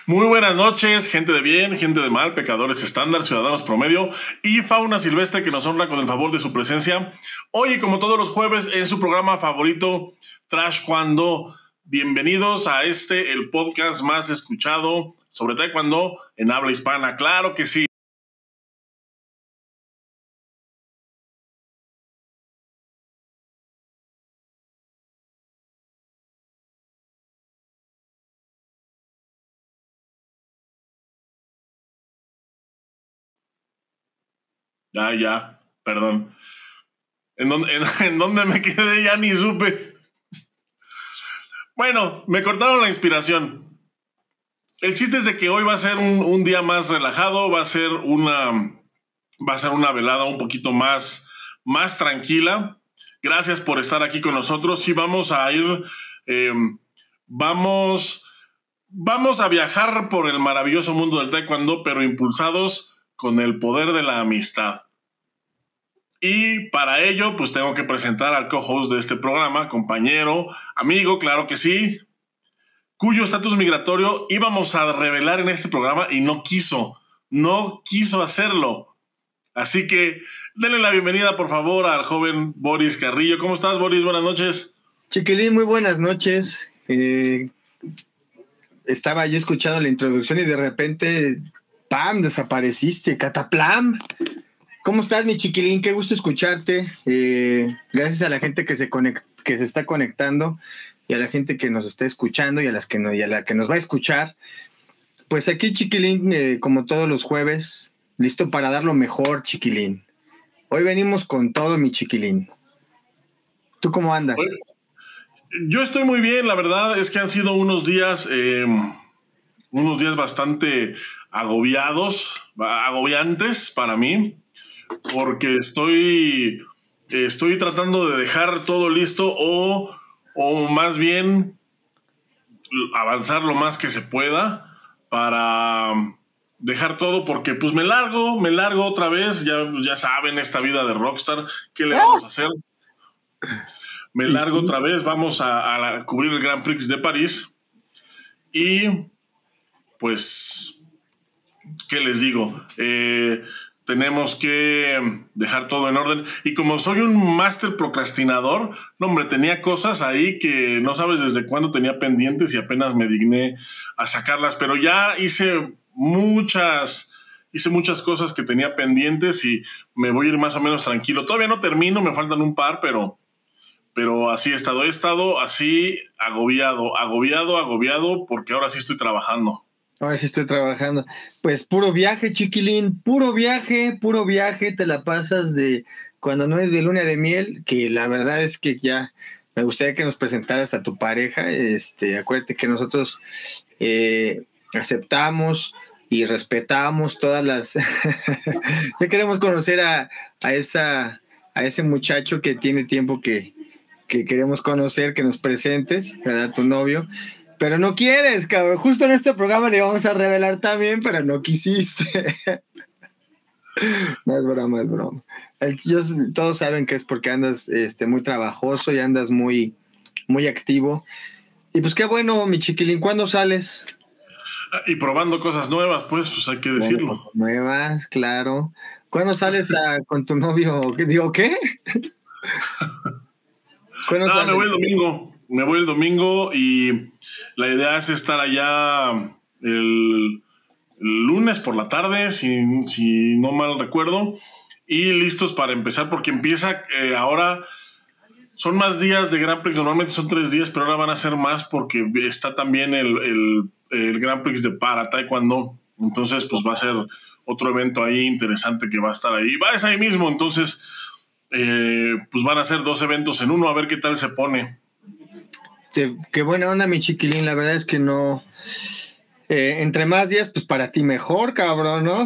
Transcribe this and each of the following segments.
Muy buenas noches, gente de bien, gente de mal, pecadores estándar, ciudadanos promedio y fauna silvestre que nos honra con el favor de su presencia. Hoy, como todos los jueves, en su programa favorito, Trash Cuando. Bienvenidos a el podcast más escuchado sobre taekwondo en habla hispana. Claro que sí. Ya, perdón. ¿En dónde me quedé? Ya ni supe. Bueno, me cortaron la inspiración. El chiste es de que hoy va a ser un día más relajado, va a ser una velada un poquito más tranquila. Gracias por estar aquí con nosotros. Sí, vamos a ir, eh, vamos, vamos a viajar por el maravilloso mundo del taekwondo, pero impulsados con el poder de la amistad. Y para ello, pues tengo que presentar al co-host de este programa, compañero, amigo, claro que sí, cuyo estatus migratorio íbamos a revelar en este programa y no quiso hacerlo. Así que denle la bienvenida, por favor, al joven Boris Carrillo. ¿Cómo estás, Boris? Buenas noches. Chiquilín, muy buenas noches. Estaba yo escuchando la introducción y de repente, ¡pam!, desapareciste, cataplam. ¿Cómo estás, mi chiquilín? Qué gusto escucharte. Gracias a la gente que se está conectando y a la gente que nos está escuchando y a la que nos va a escuchar. Pues aquí, chiquilín, como todos los jueves, listo para dar lo mejor, chiquilín. Hoy venimos con todo, mi chiquilín. ¿Tú cómo andas? Yo estoy muy bien, la verdad es que han sido unos días bastante agobiantes para mí, porque estoy tratando de dejar todo listo o más bien avanzar lo más que se pueda para dejar todo, porque pues me largo otra vez, ya saben, esta vida de rockstar, ¿qué le vamos a hacer? Me largo otra vez, vamos a cubrir el Grand Prix de París y pues, ¿qué les digo? Tenemos que dejar todo en orden. Y como soy un máster procrastinador, no, hombre, tenía cosas ahí que no sabes desde cuándo tenía pendientes y apenas me digné a sacarlas, pero ya hice muchas cosas que tenía pendientes y me voy a ir más o menos tranquilo. Todavía no termino, me faltan un par, pero así he estado así agobiado, porque ahora sí estoy trabajando. Ahora sí estoy trabajando. Pues puro viaje, chiquilín, puro viaje, te la pasas de cuando no es de luna de miel, que la verdad es que ya me gustaría que nos presentaras a tu pareja. Acuérdate que nosotros aceptamos y respetamos todas las... Ya queremos conocer a ese muchacho que tiene tiempo que queremos conocer, que nos presentes, ¿verdad? Tu novio. Pero no quieres, cabrón. Justo en este programa le vamos a revelar también, pero no quisiste. No, es broma, es broma. Todos saben que es porque andas muy trabajoso y andas muy, muy activo. Y pues qué bueno, mi chiquilín, ¿cuándo sales? Y probando cosas nuevas, pues hay que decirlo. Bueno, nuevas, claro. ¿Cuándo sales con tu novio? Digo, ¿qué? No, me voy el domingo y la idea es estar allá el lunes por la tarde, si no mal recuerdo, y listos para empezar, porque empieza ahora. Son más días de Grand Prix, normalmente son 3 días, pero ahora van a ser más porque está también el Grand Prix de para taekwondo. Entonces, pues va a ser otro evento ahí interesante que va a estar ahí. Es ahí mismo, entonces, pues van a ser 2 eventos en uno, a ver qué tal se pone. Qué buena onda, mi chiquilín, la verdad es que no... entre más días, pues para ti mejor, cabrón, ¿no?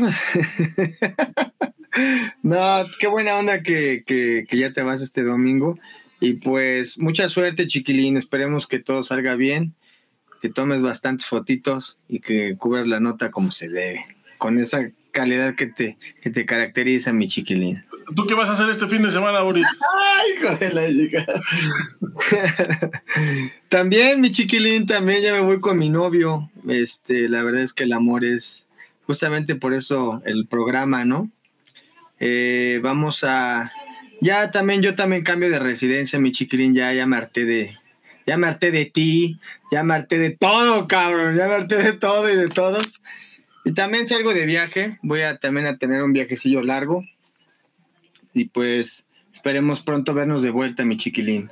No, qué buena onda que ya te vas este domingo. Y pues mucha suerte, chiquilín. Esperemos que todo salga bien, que tomes bastantes fotitos y que cubras la nota como se debe, con esa calidad que te caracteriza, mi chiquilín. ¿Tú qué vas a hacer este fin de semana, Boris? ¡Ay, hijo de la chica! También, mi chiquilín, también ya me voy con mi novio. La verdad es que el amor es justamente por eso el programa, ¿no? Vamos a... Ya también, yo también cambio de residencia, mi chiquilín, ya me harté de ti, ya me harté de todo, cabrón, ya me harté de todo y de todos. Y también salgo de viaje, voy a también a tener un viajecillo largo. Y pues esperemos pronto vernos de vuelta, mi chiquilín.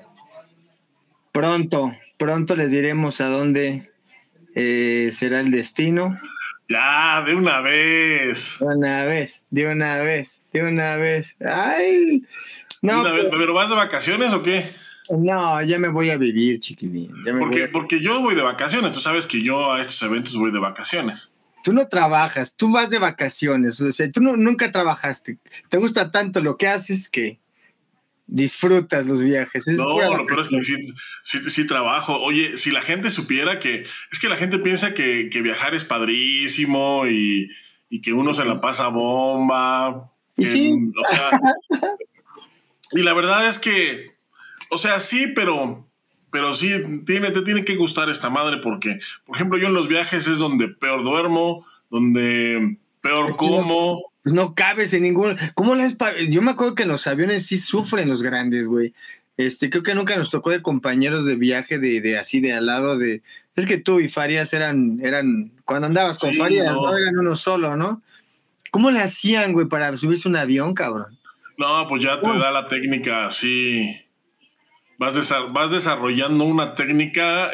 Pronto les diremos a dónde será el destino. Ya, de una vez. De una vez. Ay, no, De una vez. ¿Pero vas de vacaciones o qué? No, ya me voy a vivir, chiquilín. Porque yo voy de vacaciones. Tú sabes que yo a estos eventos voy de vacaciones. Tú no trabajas, tú vas de vacaciones. O sea, tú nunca trabajaste. Te gusta tanto lo que haces que disfrutas los viajes. No, lo peor es que sí trabajo. Oye, si la gente supiera que... Es que la gente piensa que viajar es padrísimo y que uno se la pasa bomba. ¿Y sí? O sea... Y la verdad es que... O sea, sí, pero sí, te tiene que gustar esta madre porque, por ejemplo, yo en los viajes es donde peor duermo, donde peor como. No cabes en ningún... Yo me acuerdo que en los aviones sí sufren los grandes, güey. Creo que nunca nos tocó de compañeros de viaje de así de al lado de... Es que tú y Farías eran cuando andabas con Farías, no eran uno solo, ¿no? ¿Cómo le hacían, güey, para subirse un avión, cabrón? No, pues ya te da la técnica así. Vas desarrollando una técnica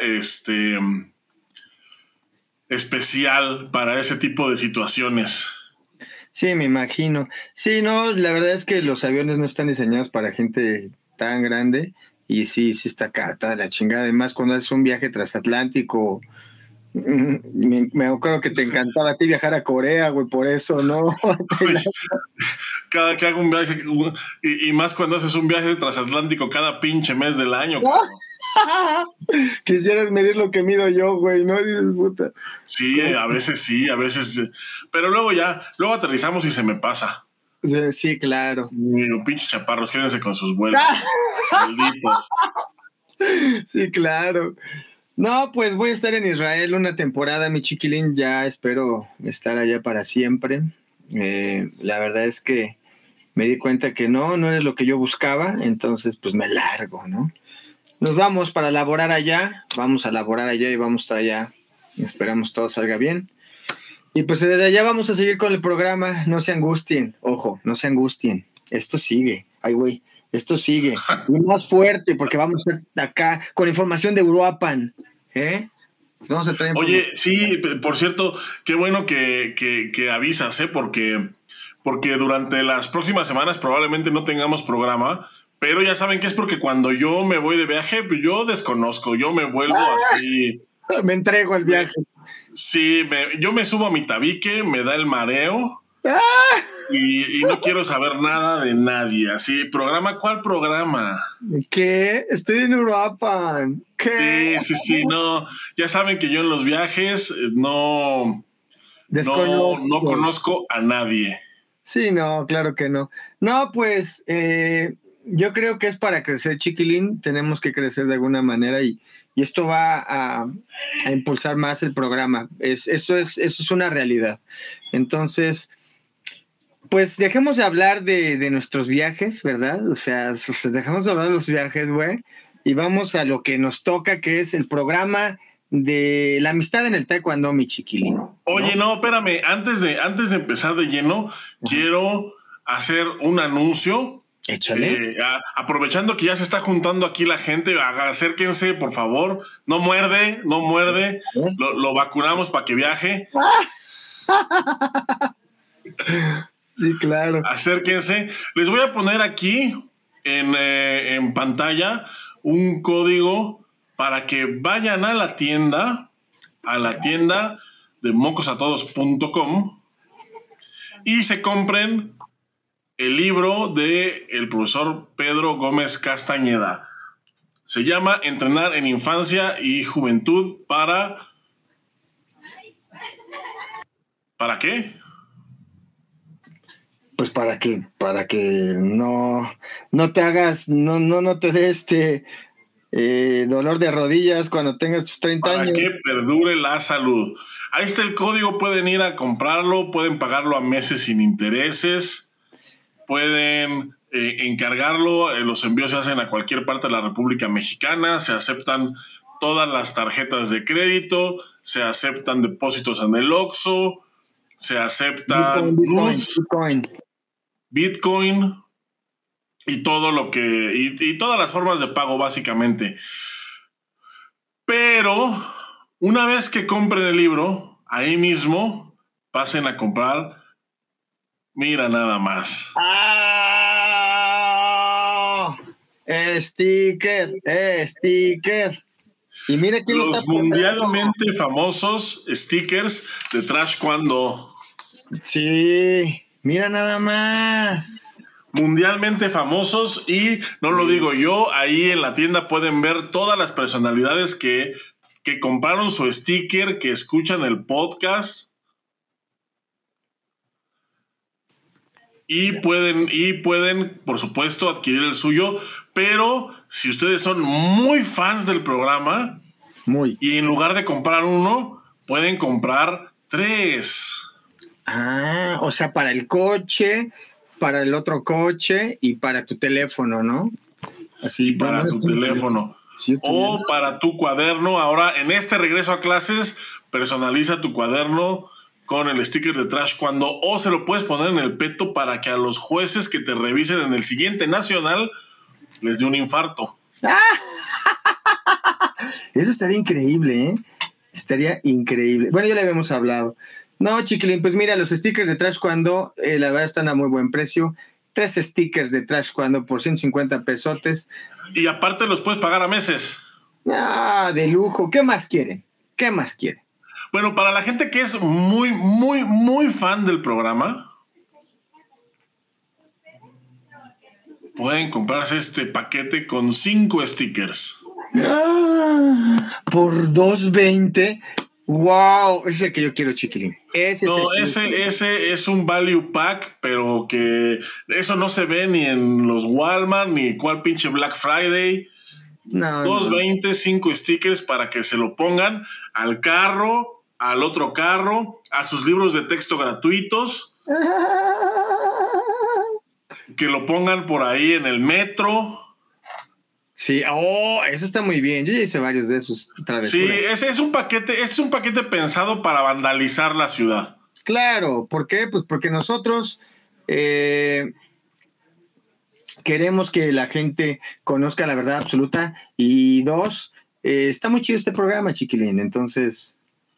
especial para ese tipo de situaciones. Sí, me imagino. Sí, no, la verdad es que los aviones no están diseñados para gente tan grande y sí está carta la chingada. Además, cuando haces un viaje transatlántico, me acuerdo que te encantaba a ti viajar a Corea, güey, por eso, ¿no? Cada que hago un viaje, y más cuando haces un viaje transatlántico cada pinche mes del año. Quisieras medir lo que mido yo, güey, ¿no? Dices, puta. Sí, a veces sí, a veces. Pero luego aterrizamos y se me pasa. Sí, claro. Pinches chaparros, quédense con sus vuelos. Malditos. Sí, claro. No, pues voy a estar en Israel una temporada, mi chiquilín. Ya espero estar allá para siempre. La verdad es que me di cuenta que no eres lo que yo buscaba, entonces pues me largo, ¿no? Nos vamos para laborar allá, vamos a laborar allá y vamos a estar allá. Esperamos todo salga bien. Y pues desde allá vamos a seguir con el programa. No se angustien, ojo, no se angustien. Esto sigue. Ay, güey, esto sigue. Y más fuerte, porque vamos a estar acá con información de Uruapan. Vamos a traer. Oye, sí, por cierto, qué bueno que avisas, porque durante las próximas semanas probablemente no tengamos programa. Pero ya saben que es porque cuando yo me voy de viaje, yo desconozco, yo me vuelvo así. Me entrego al viaje. Sí, yo me subo a mi tabique, me da el mareo y no quiero saber nada de nadie. Así, ¿cuál programa? ¿Qué? Estoy en Uruapan. ¿Qué? Sí, no. Ya saben que yo en los viajes no conozco a nadie. Sí, no, claro que no. No, pues yo creo que es para crecer, chiquilín. Tenemos que crecer de alguna manera y esto va a impulsar más el programa. Eso es una realidad. Entonces, pues dejemos de hablar de nuestros viajes, ¿verdad? O sea, dejamos de hablar de los viajes, güey, y vamos a lo que nos toca, que es el programa de la amistad en el taekwondo, mi chiquilín, ¿no? Oye, no, espérame, antes de empezar de lleno, quiero hacer un anuncio. Échale. Aprovechando que ya se está juntando aquí la gente, acérquense, por favor. No muerde. Lo vacunamos para que viaje. Sí, claro. Acérquense. Les voy a poner aquí en pantalla un código para que vayan a la tienda de mocosatodos.com y se compren el libro de el profesor Pedro Gómez Castañeda. Se llama Entrenar en Infancia y Juventud ¿Para qué? Pues para que no te hagas, no te dé dolor de rodillas cuando tengas tus 30 años. Para que perdure la salud. Ahí está el código, pueden ir a comprarlo, pueden pagarlo a meses sin intereses, pueden encargarlo, los envíos se hacen a cualquier parte de la República Mexicana, se aceptan todas las tarjetas de crédito, se aceptan depósitos en el Oxxo, se aceptan Bitcoin y todo lo que y todas las formas de pago básicamente. Pero una vez que compren el libro, ahí mismo pasen a comprar, mira nada más. Sticker. Y mira quién los mundialmente famosos stickers de Trash Cuando. Sí, mira nada más. Mundialmente famosos, y no lo digo yo, ahí en la tienda pueden ver todas las personalidades que compraron su sticker, que escuchan el podcast y pueden, por supuesto, adquirir el suyo. Pero si ustedes son muy fans del programa, y en lugar de comprar uno, pueden comprar 3. O sea, para el coche, para el otro coche y para tu teléfono, ¿no? Así, y para tu teléfono. Sí, o para tu cuaderno. Ahora, en este regreso a clases, personaliza tu cuaderno con el sticker de Trash Cuando, o se lo puedes poner en el peto para que a los jueces que te revisen en el siguiente nacional les dé un infarto. Eso estaría increíble, ¿eh? Estaría increíble. Bueno, ya le habíamos hablado. No, Chiquilín, pues mira, los stickers de Trash Cuando, la verdad están a muy buen precio. 3 stickers de Trash Cuando por 150 pesotes. Y aparte los puedes pagar a meses. De lujo. ¿Qué más quieren? Bueno, para la gente que es muy, muy, muy fan del programa, pueden comprarse este paquete con 5 stickers. Por $2.20. ¡Wow! Ese es el que yo quiero, Chiquilín. Ese es un value pack, pero que eso no se ve ni en los Walmart, ni cuál pinche Black Friday. No, $2.20, 5 stickers para que se lo pongan al carro, al otro carro, a sus libros de texto gratuitos. Que lo pongan por ahí en el metro. Sí, eso está muy bien. Yo ya hice varios de esos travesuras. Sí, ese es un paquete pensado para vandalizar la ciudad. Claro, ¿por qué? Pues porque nosotros queremos que la gente conozca la verdad absoluta, y 2, está muy chido este programa, Chiquilín, entonces...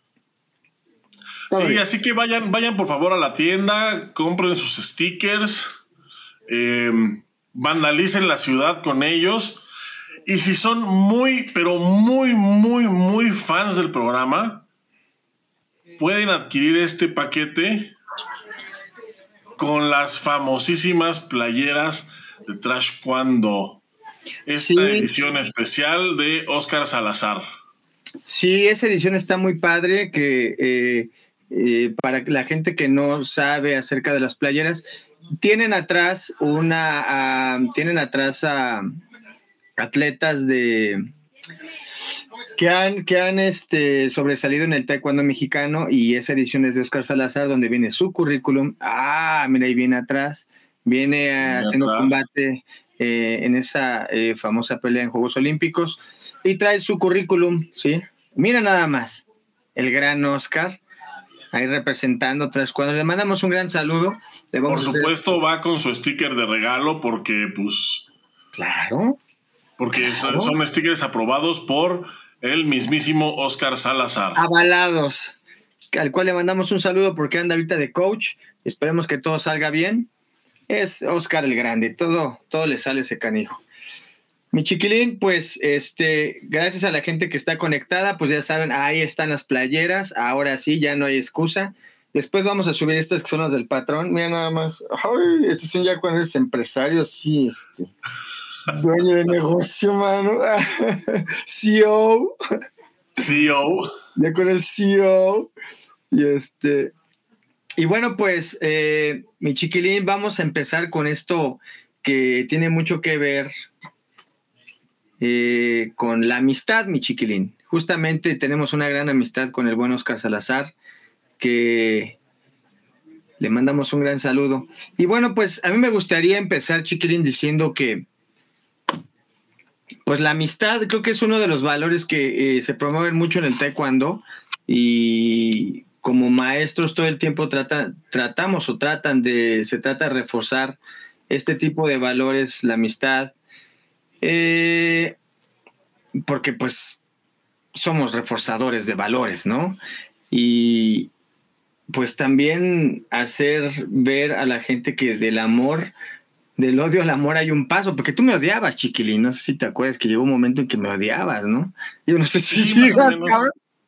Sí, así que vayan por favor a la tienda, compren sus stickers, vandalicen la ciudad con ellos. Y si son muy, pero muy, muy, muy fans del programa, pueden adquirir este paquete con las famosísimas playeras de Trash Cuando. Esta edición especial de Óscar Salazar. Sí, esa edición está muy padre, que para la gente que no sabe acerca de las playeras, tienen atrás a atletas que han sobresalido en el taekwondo mexicano, y esa edición es de Óscar Salazar, donde viene su currículum. Mira, ahí viene atrás, viene haciendo combate en esa famosa pelea en Juegos Olímpicos, y trae su currículum, ¿sí? Mira nada más, el gran Óscar, ahí representando Trash Cuando. Le mandamos un gran saludo. Por supuesto, va con su sticker de regalo, porque pues... Claro. Porque son stickers aprobados por el mismísimo Óscar Salazar. Avalados. Al cual le mandamos un saludo porque anda ahorita de coach. Esperemos que todo salga bien. Es Óscar el Grande. Todo le sale ese canijo. Mi Chiquilín, pues gracias a la gente que está conectada, pues ya saben, ahí están las playeras. Ahora sí, ya no hay excusa. Después vamos a subir estas que son las del patrón. Mira nada más. Ay, estas son ya cuando eres empresario, sí, dueño de negocio, mano. CEO. Ya con el CEO. Y bueno, pues, mi Chiquilín, vamos a empezar con esto que tiene mucho que ver con la amistad, mi Chiquilín. Justamente tenemos una gran amistad con el buen Óscar Salazar. que le mandamos un gran saludo. Y bueno, pues a mí me gustaría empezar, Chiquilín, diciendo que pues la amistad creo que es uno de los valores que se promueven mucho en el taekwondo, y como maestros todo el tiempo se trata de reforzar este tipo de valores, la amistad, porque pues somos reforzadores de valores, ¿no? Y pues también hacer ver a la gente que del odio al amor hay un paso, porque tú me odiabas, Chiquilín, no sé si te acuerdas que llegó un momento en que me odiabas, ¿no? Yo no sé si sigas, cabrón.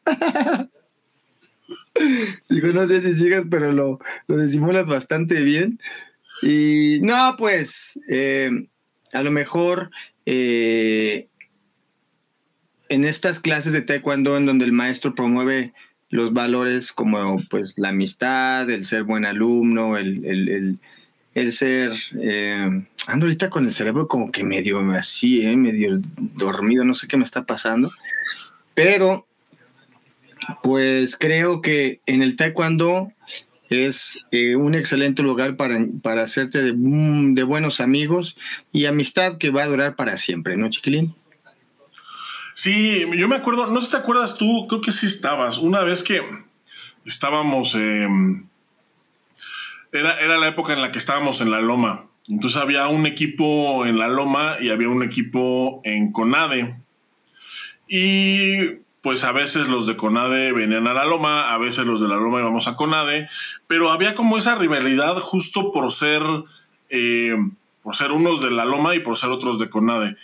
Digo, no sé si sigas, pero lo disimulas bastante bien. Y no, pues, a lo mejor en estas clases de taekwondo en donde el maestro promueve los valores como pues la amistad, el ser buen alumno, el ser... ando ahorita con el cerebro como que medio así, medio dormido, no sé qué me está pasando, pero pues creo que en el taekwondo es un excelente lugar para hacerte de buenos amigos y amistad que va a durar para siempre, ¿no, Chiquilín? Sí, yo me acuerdo, no sé si te acuerdas tú, creo que sí estabas, una vez que estábamos, era la época en la que estábamos en la Loma, entonces había un equipo en la Loma y había un equipo en CONADE, y pues a veces los de CONADE venían a la Loma, a veces los de la Loma íbamos a CONADE, pero había como esa rivalidad justo por ser unos de la Loma y por ser otros de CONADE.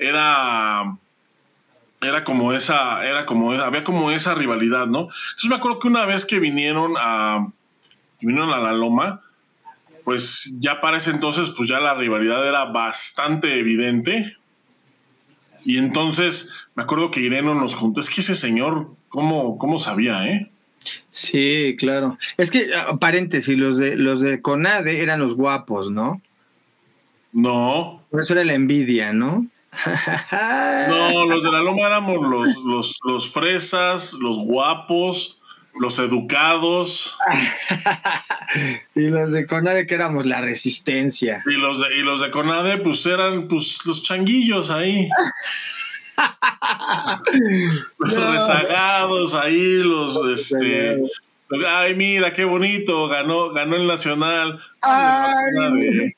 Había como esa rivalidad, ¿no? Entonces me acuerdo que una vez que vinieron a la Loma, pues ya para ese entonces, pues ya la rivalidad era bastante evidente. Y entonces me acuerdo que Ireno nos juntó. Es que ese señor, ¿cómo sabía, eh? Sí, claro. Es que, paréntesis, los de CONADE eran los guapos, ¿no? No. Por eso era la envidia, ¿no? No, los de la Loma éramos los fresas, los guapos, los educados. Y los de CONADE que éramos la resistencia. Y los de CONADE, pues eran pues los changuillos ahí. Los rezagados ahí, ay, mira, qué bonito, ganó el Nacional. Ay.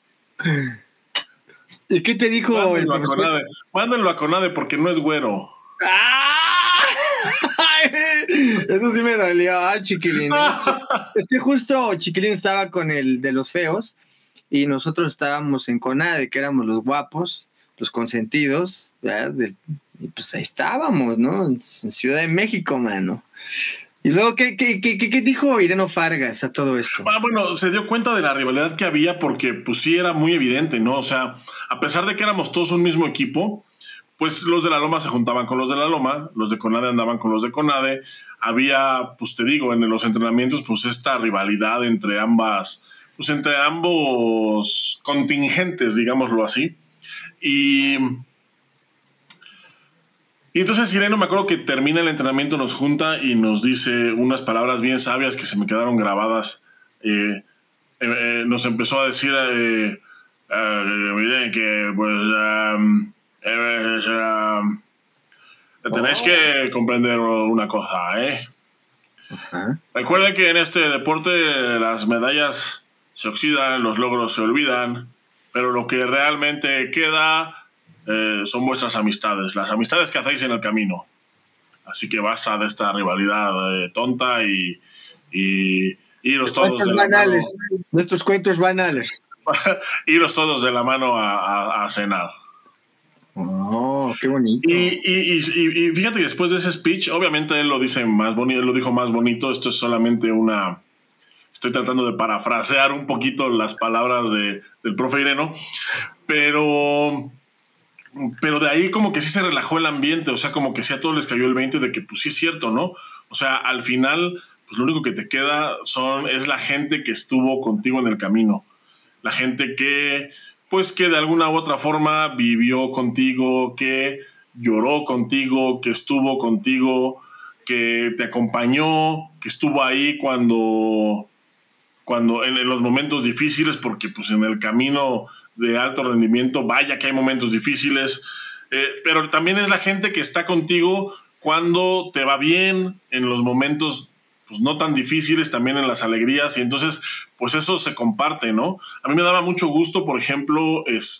¿Y qué te dijo el profesor? Mándenlo a CONADE porque no es güero. ¡Ah! Eso sí me dolió, Chiquilín. Es que justo Chiquilín estaba con el de los feos y nosotros estábamos en CONADE, que éramos los guapos, los consentidos, ¿verdad? Y pues ahí estábamos, ¿no? En Ciudad de México, mano. Y luego, ¿qué dijo Ireno Fargas a todo esto? Bueno, se dio cuenta de la rivalidad que había porque pues sí era muy evidente, ¿no? O sea, a pesar de que éramos todos un mismo equipo, pues los de la Loma se juntaban con los de la Loma, los de CONADE andaban con los de CONADE, había, pues te digo, en los entrenamientos, pues esta rivalidad entre ambos contingentes, digámoslo así. Y entonces Ireno, me acuerdo que termina el entrenamiento, nos junta y nos dice unas palabras bien sabias que se me quedaron grabadas. Nos empezó a decir que pues tenéis que comprender una cosa, ¿eh? Ajá. Recuerden que en este deporte las medallas se oxidan, los logros se olvidan, pero lo que realmente queda son vuestras amistades, las amistades que hacéis en el camino. Así que basta de esta rivalidad tonta y iros todos de la mano. Nuestros cuentos banales. Iros todos de la mano a cenar. Oh, qué bonito. Y fíjate que después de ese speech, obviamente él lo dice más bonito, él lo dijo más bonito. Esto es solamente estoy tratando de parafrasear un poquito las palabras del profe Ireno, pero de ahí como que sí se relajó el ambiente, o sea, como que sí a todos les cayó el 20 de que pues sí es cierto, ¿no? O sea, al final, pues lo único que te queda es la gente que estuvo contigo en el camino, la gente que, pues que de alguna u otra forma vivió contigo, que lloró contigo, que estuvo contigo, que te acompañó, que estuvo ahí cuando en los momentos difíciles, porque pues en el camino de alto rendimiento, vaya que hay momentos difíciles, pero también es la gente que está contigo cuando te va bien, en los momentos pues no tan difíciles, también en las alegrías, y entonces pues eso se comparte, ¿no? A mí me daba mucho gusto, por ejemplo,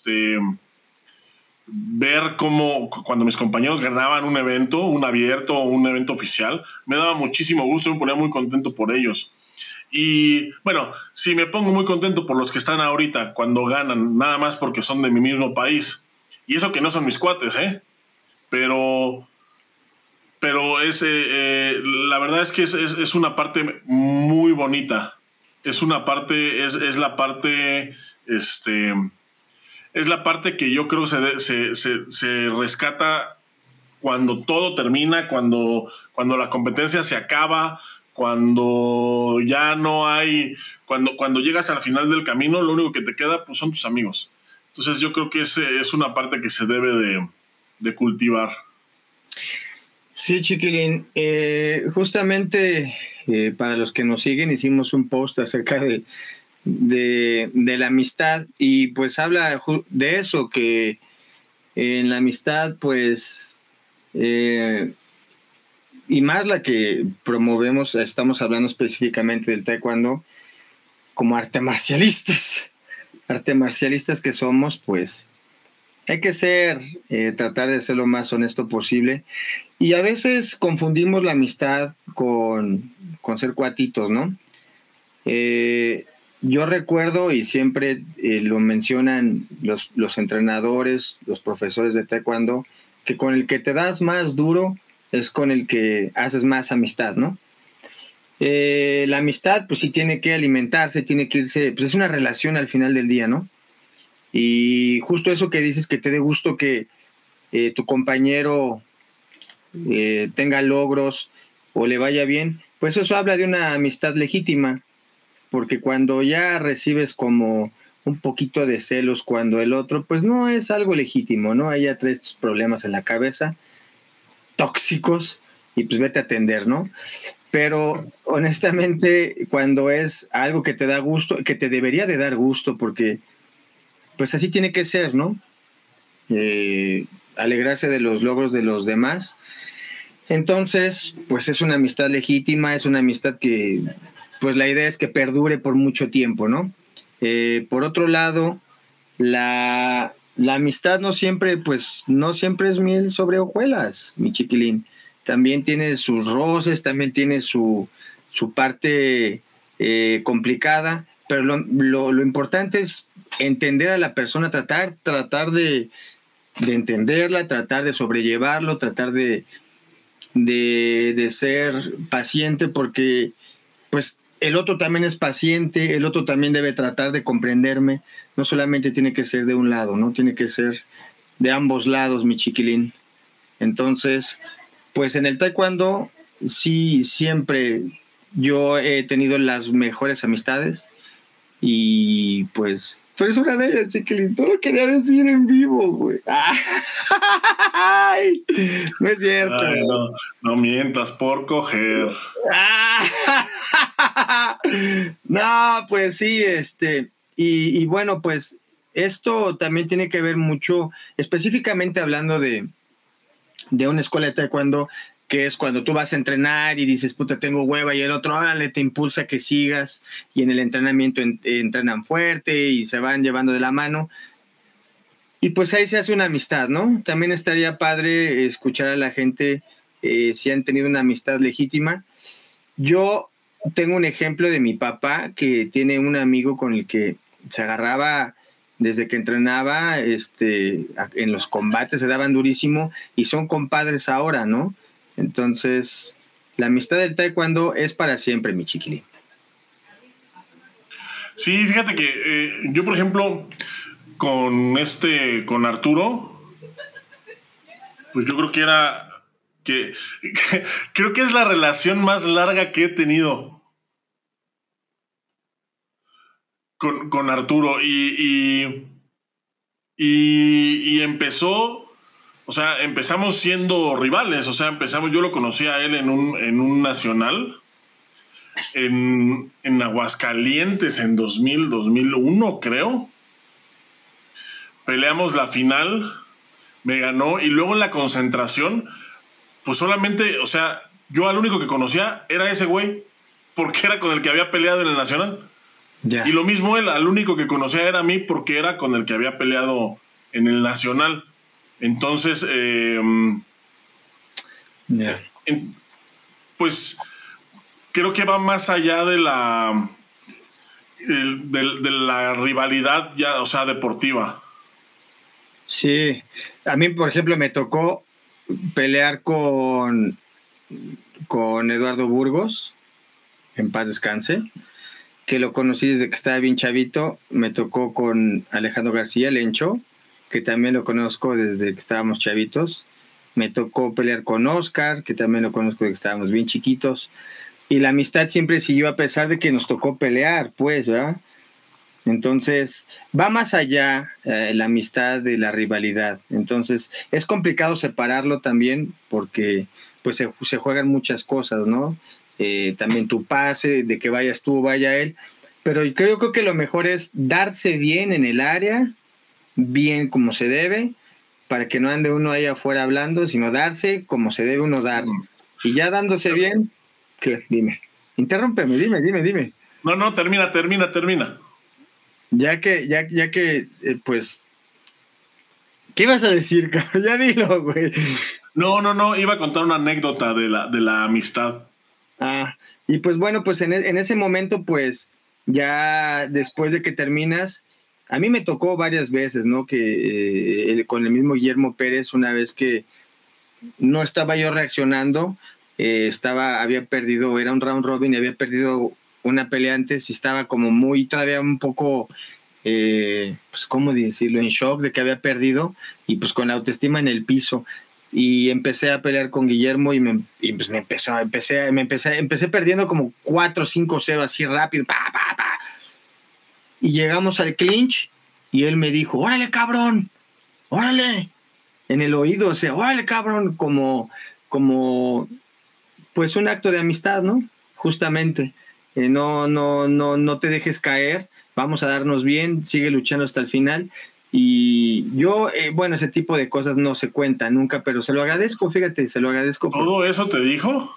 ver cómo cuando mis compañeros ganaban un evento, un abierto o un evento oficial, me daba muchísimo gusto, me ponía muy contento por ellos. Y bueno, si me pongo muy contento por los que están ahorita cuando ganan, nada más porque son de mi mismo país. Y eso que no son mis cuates, ¿eh? Pero, pero la verdad es que es una parte muy bonita. Es una parte, es la parte, es la parte que yo creo se rescata cuando todo termina, cuando la competencia se acaba, cuando ya no hay, cuando llegas al final del camino, lo único que te queda pues, son tus amigos. Entonces yo creo que es una parte que se debe de cultivar. Sí, chiquilín. Justamente para los que nos siguen hicimos un post acerca de la amistad y pues habla de eso, que en la amistad pues y más la que promovemos, estamos hablando específicamente del taekwondo como arte marcialistas que somos, pues hay que tratar de ser lo más honesto posible. Y a veces confundimos la amistad con ser cuatitos, ¿no? Yo recuerdo, y siempre lo mencionan los entrenadores, los profesores de taekwondo, que con el que te das más duro es con el que haces más amistad, ¿no? La amistad, pues sí tiene que alimentarse, tiene que irse, pues es una relación al final del día, ¿no? Y justo eso que dices, que te dé gusto que tu compañero tenga logros o le vaya bien, pues eso habla de una amistad legítima, porque cuando ya recibes como un poquito de celos cuando el otro, pues no es algo legítimo, ¿no? Ahí ya traes tus problemas en la cabeza, tóxicos, y pues vete a atender, ¿no? Pero honestamente, cuando es algo que te da gusto, que te debería de dar gusto, porque pues así tiene que ser, ¿no? Alegrarse de los logros de los demás. Entonces, pues es una amistad legítima, es una amistad que, pues la idea es que perdure por mucho tiempo, ¿no? Por otro lado, la amistad no siempre, pues, no siempre es miel sobre hojuelas, mi chiquilín. También tiene sus roces, también tiene su parte complicada, pero lo importante es entender a la persona, tratar de entenderla, tratar de sobrellevarlo, tratar de ser paciente, porque pues el otro también es paciente, el otro también debe tratar de comprenderme, no solamente tiene que ser de un lado, ¿no? Tiene que ser de ambos lados, mi chiquilín. Entonces, pues en el taekwondo sí, siempre yo he tenido las mejores amistades y pues tú eres una de ellas, chiquilín. No lo quería decir en vivo, güey. Ay, no es cierto. Ay, no, no mientas por coger. No, pues sí, y bueno, pues esto también tiene que ver mucho, específicamente hablando de una escuela de taekwondo, que es cuando tú vas a entrenar y dices, puta, tengo hueva, y el otro, órale, te impulsa a que sigas, y en el entrenamiento entrenan fuerte y se van llevando de la mano. Y pues ahí se hace una amistad, ¿no? También estaría padre escuchar a la gente si han tenido una amistad legítima. Yo tengo un ejemplo de mi papá que tiene un amigo con el que se agarraba desde que entrenaba, en los combates se daban durísimo y son compadres ahora, ¿no? Entonces, la amistad del taekwondo es para siempre, mi chiquilín. Sí, fíjate que yo, por ejemplo, con Arturo, pues yo creo que creo que es la relación más larga que he tenido con Arturo y empezó O sea, empezamos siendo rivales. O sea, yo lo conocí a él en un nacional en Aguascalientes en 2001, creo. Peleamos la final, me ganó, y luego en la concentración, pues solamente, o sea, yo al único que conocía era ese güey, porque era con el que había peleado en el nacional. Ya. Y lo mismo él, al único que conocía era a mí, porque era con el que había peleado en el nacional. Entonces, Ya. pues creo que va más allá de de la rivalidad ya, o sea, deportiva. Sí, a mí, por ejemplo, me tocó pelear con Eduardo Burgos, en paz descanse, que lo conocí desde que estaba bien chavito. Me tocó con Alejandro García Lencho, que también lo conozco desde que estábamos chavitos. Me tocó pelear con Oscar, que también lo conozco desde que estábamos bien chiquitos. Y la amistad siempre siguió a pesar de que nos tocó pelear, pues, ¿verdad? Entonces, va más allá la amistad de la rivalidad. Entonces, es complicado separarlo también porque pues se juegan muchas cosas, ¿no? También tu pase, de que vayas tú o vaya él. Pero yo creo que lo mejor es darse bien en el área, bien como se debe, para que no ande uno ahí afuera hablando, sino darse como se debe uno dar. Y ya dándose bien, ¿qué? Dime. Interrúmpeme, dime. No, termina. Ya que, pues, ¿qué ibas a decir, cabrón? Ya dilo, güey. No, iba a contar una anécdota de la amistad. Y pues bueno, pues en ese momento, pues, ya después de que terminas, a mí me tocó varias veces, ¿no? Que con el mismo Guillermo Pérez, una vez que no estaba yo reaccionando, había perdido, era un round robin y había perdido una pelea antes y estaba como todavía un poco, pues, ¿cómo decirlo? En shock de que había perdido y pues con la autoestima en el piso. Y empecé a pelear con Guillermo y pues empecé perdiendo como 4-5-0 así rápido, y llegamos al clinch y él me dijo, órale cabrón, órale, en el oído, o sea, órale cabrón, como pues un acto de amistad, ¿no? Justamente, no te dejes caer, vamos a darnos bien, sigue luchando hasta el final. Y yo, bueno, ese tipo de cosas no se cuentan nunca, pero se lo agradezco, fíjate, se lo agradezco. ¿Todo eso te dijo?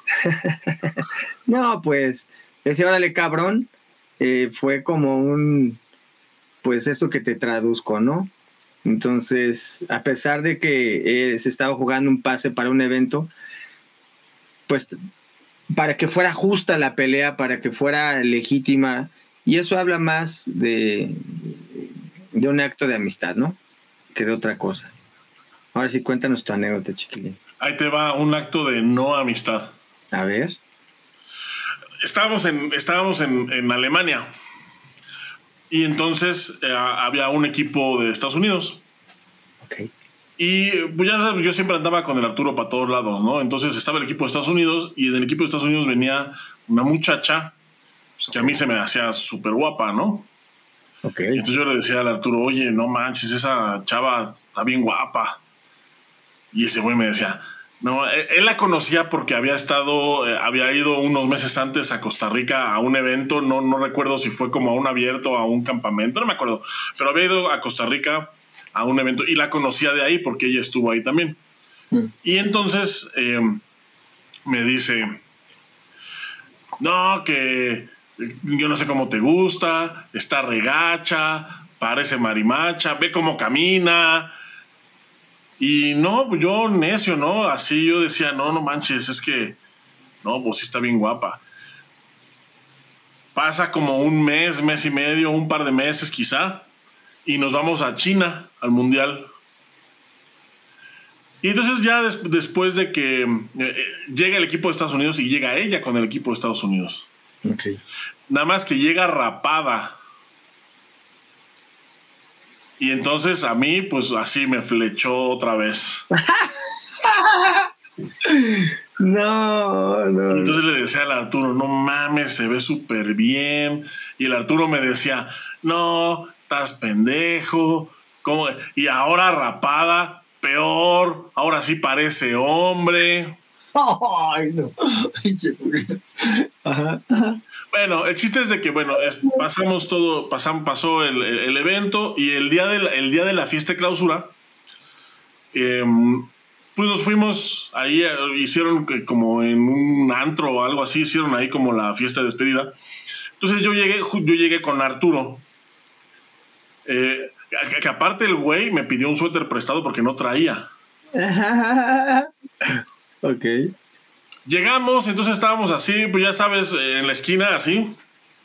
No, pues, ese órale cabrón, fue como pues esto que te traduzco, ¿no? Entonces, a pesar de que se estaba jugando un pase para un evento, pues para que fuera justa la pelea, para que fuera legítima, y eso habla más de un acto de amistad, ¿no? Que de otra cosa. Ahora sí, cuéntanos tu anécdota, chiquilín. Ahí te va un acto de no amistad. A ver. Estábamos en Alemania y entonces había un equipo de Estados Unidos. Ok. Y pues ya sabes, yo siempre andaba con el Arturo para todos lados, ¿no? Entonces estaba el equipo de Estados Unidos y en el equipo de Estados Unidos venía una muchacha pues, que a mí se me hacía súper guapa, ¿no? Ok. Y entonces yo le decía al Arturo, oye, no manches, esa chava está bien guapa. Y ese güey me decía, no, él la conocía porque había ido unos meses antes a Costa Rica a un evento, no recuerdo si fue como a un abierto o a un campamento, no me acuerdo, pero había ido a Costa Rica a un evento y la conocía de ahí porque ella estuvo ahí también. Y entonces me dice, no, que yo no sé cómo te gusta, está regacha, parece marimacha, ve cómo camina. Y no, pues yo necio, ¿no? Así yo decía, no manches, es que, no, pues sí está bien guapa. Pasa como un mes y medio, un par de meses quizá, y nos vamos a China, al Mundial. Y entonces ya después de que llega el equipo de Estados Unidos y llega ella con el equipo de Estados Unidos. Ok. Nada más que llega rapada. Y entonces a mí, pues así me flechó otra vez. No. Y entonces le decía al Arturo, no mames, se ve súper bien. Y el Arturo me decía, no, estás pendejo. ¿Cómo? Y ahora rapada. Peor, ahora sí parece hombre. Ay, no. Ay, qué bueno. Ajá. Bueno, el chiste es de que, pasamos todo, pasó el evento y el día de la fiesta de clausura, pues nos fuimos ahí, hicieron como en un antro o algo así, hicieron ahí como la fiesta de despedida. Entonces yo llegué con Arturo, que aparte el güey me pidió un suéter prestado porque no traía. Ok. Llegamos, entonces estábamos así, pues ya sabes, en la esquina así.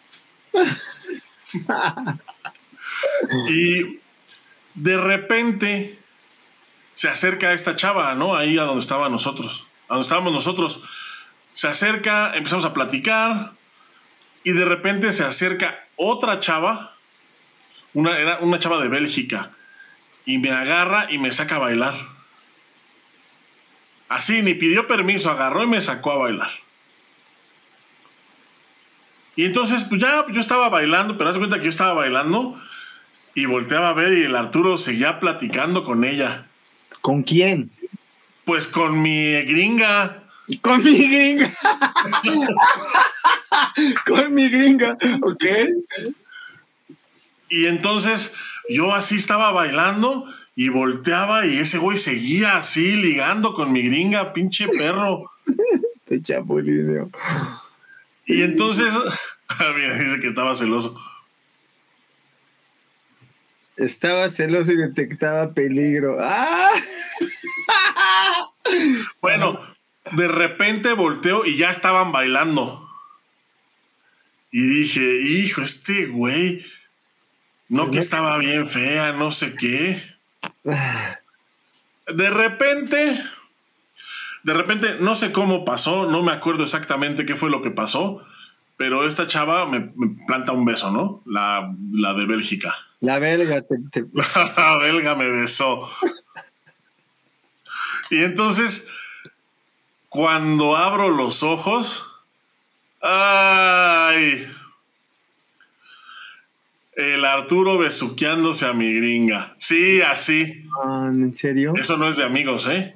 Y de repente se acerca esta chava, ¿no? Ahí a donde estábamos nosotros. Se acerca, empezamos a platicar y de repente se acerca otra chava, era una chava de Bélgica, y me agarra y me saca a bailar. Así, ni pidió permiso, agarró y me sacó a bailar. Y entonces, pues ya yo estaba bailando, pero haz de cuenta que yo estaba bailando y volteaba a ver y el Arturo seguía platicando con ella. ¿Con quién? Pues con mi gringa. Con mi gringa. Con mi gringa, ok. Y entonces yo así estaba bailando y volteaba y ese güey seguía así ligando con mi gringa, pinche perro. Te chapulineo. Y entonces, mira, dice que estaba celoso. Estaba celoso y detectaba peligro. ¡Ah! Bueno, de repente volteo y ya estaban bailando. Y dije, hijo, este güey, no que estaba bien fea, no sé qué. De repente, no sé cómo pasó, no me acuerdo exactamente qué fue lo que pasó, pero esta chava me planta un beso, ¿no? La de Bélgica. La belga. La belga me besó. Y entonces, cuando abro los ojos, ¡ay! El Arturo besuqueándose a mi gringa. Sí, así. ¿En serio? Eso no es de amigos, ¿eh?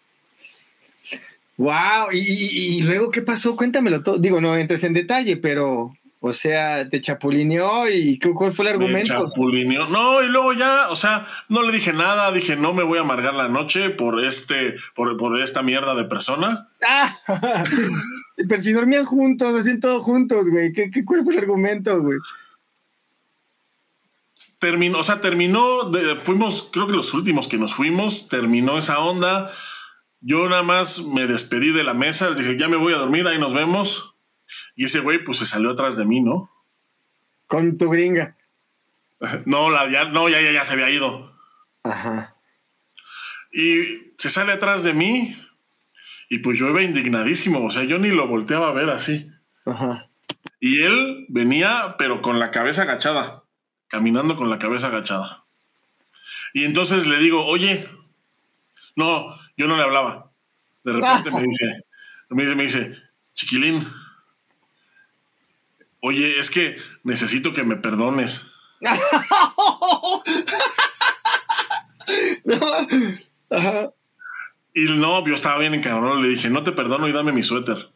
Wow, y luego, ¿qué pasó? Cuéntamelo todo. Digo, no entres en detalle, pero, o sea, te chapulineó y ¿cuál fue el argumento? Me chapulineó. No, y luego ya, o sea, no le dije nada, dije, no me voy a amargar la noche por esta mierda de persona. ¡Ah! Pero si dormían juntos, hacían todo juntos, güey. ¿Cuál fue el argumento, güey? Terminó, fuimos, creo que los últimos que nos fuimos, terminó esa onda. Yo nada más me despedí de la mesa, le dije, ya me voy a dormir, ahí nos vemos. Y ese güey, pues se salió atrás de mí, ¿no? Con tu gringa. No, ya se había ido. Ajá. Y se sale atrás de mí y pues yo iba indignadísimo, o sea, yo ni lo volteaba a ver así. Ajá. Y él venía, pero con la cabeza agachada, caminando con la cabeza agachada. Y entonces le digo, oye, no, yo no le hablaba. De repente me dice, chiquilín, oye, es que necesito que me perdones. No. Ajá. Y no, yo estaba bien encabronado, le dije, no te perdono y dame mi suéter.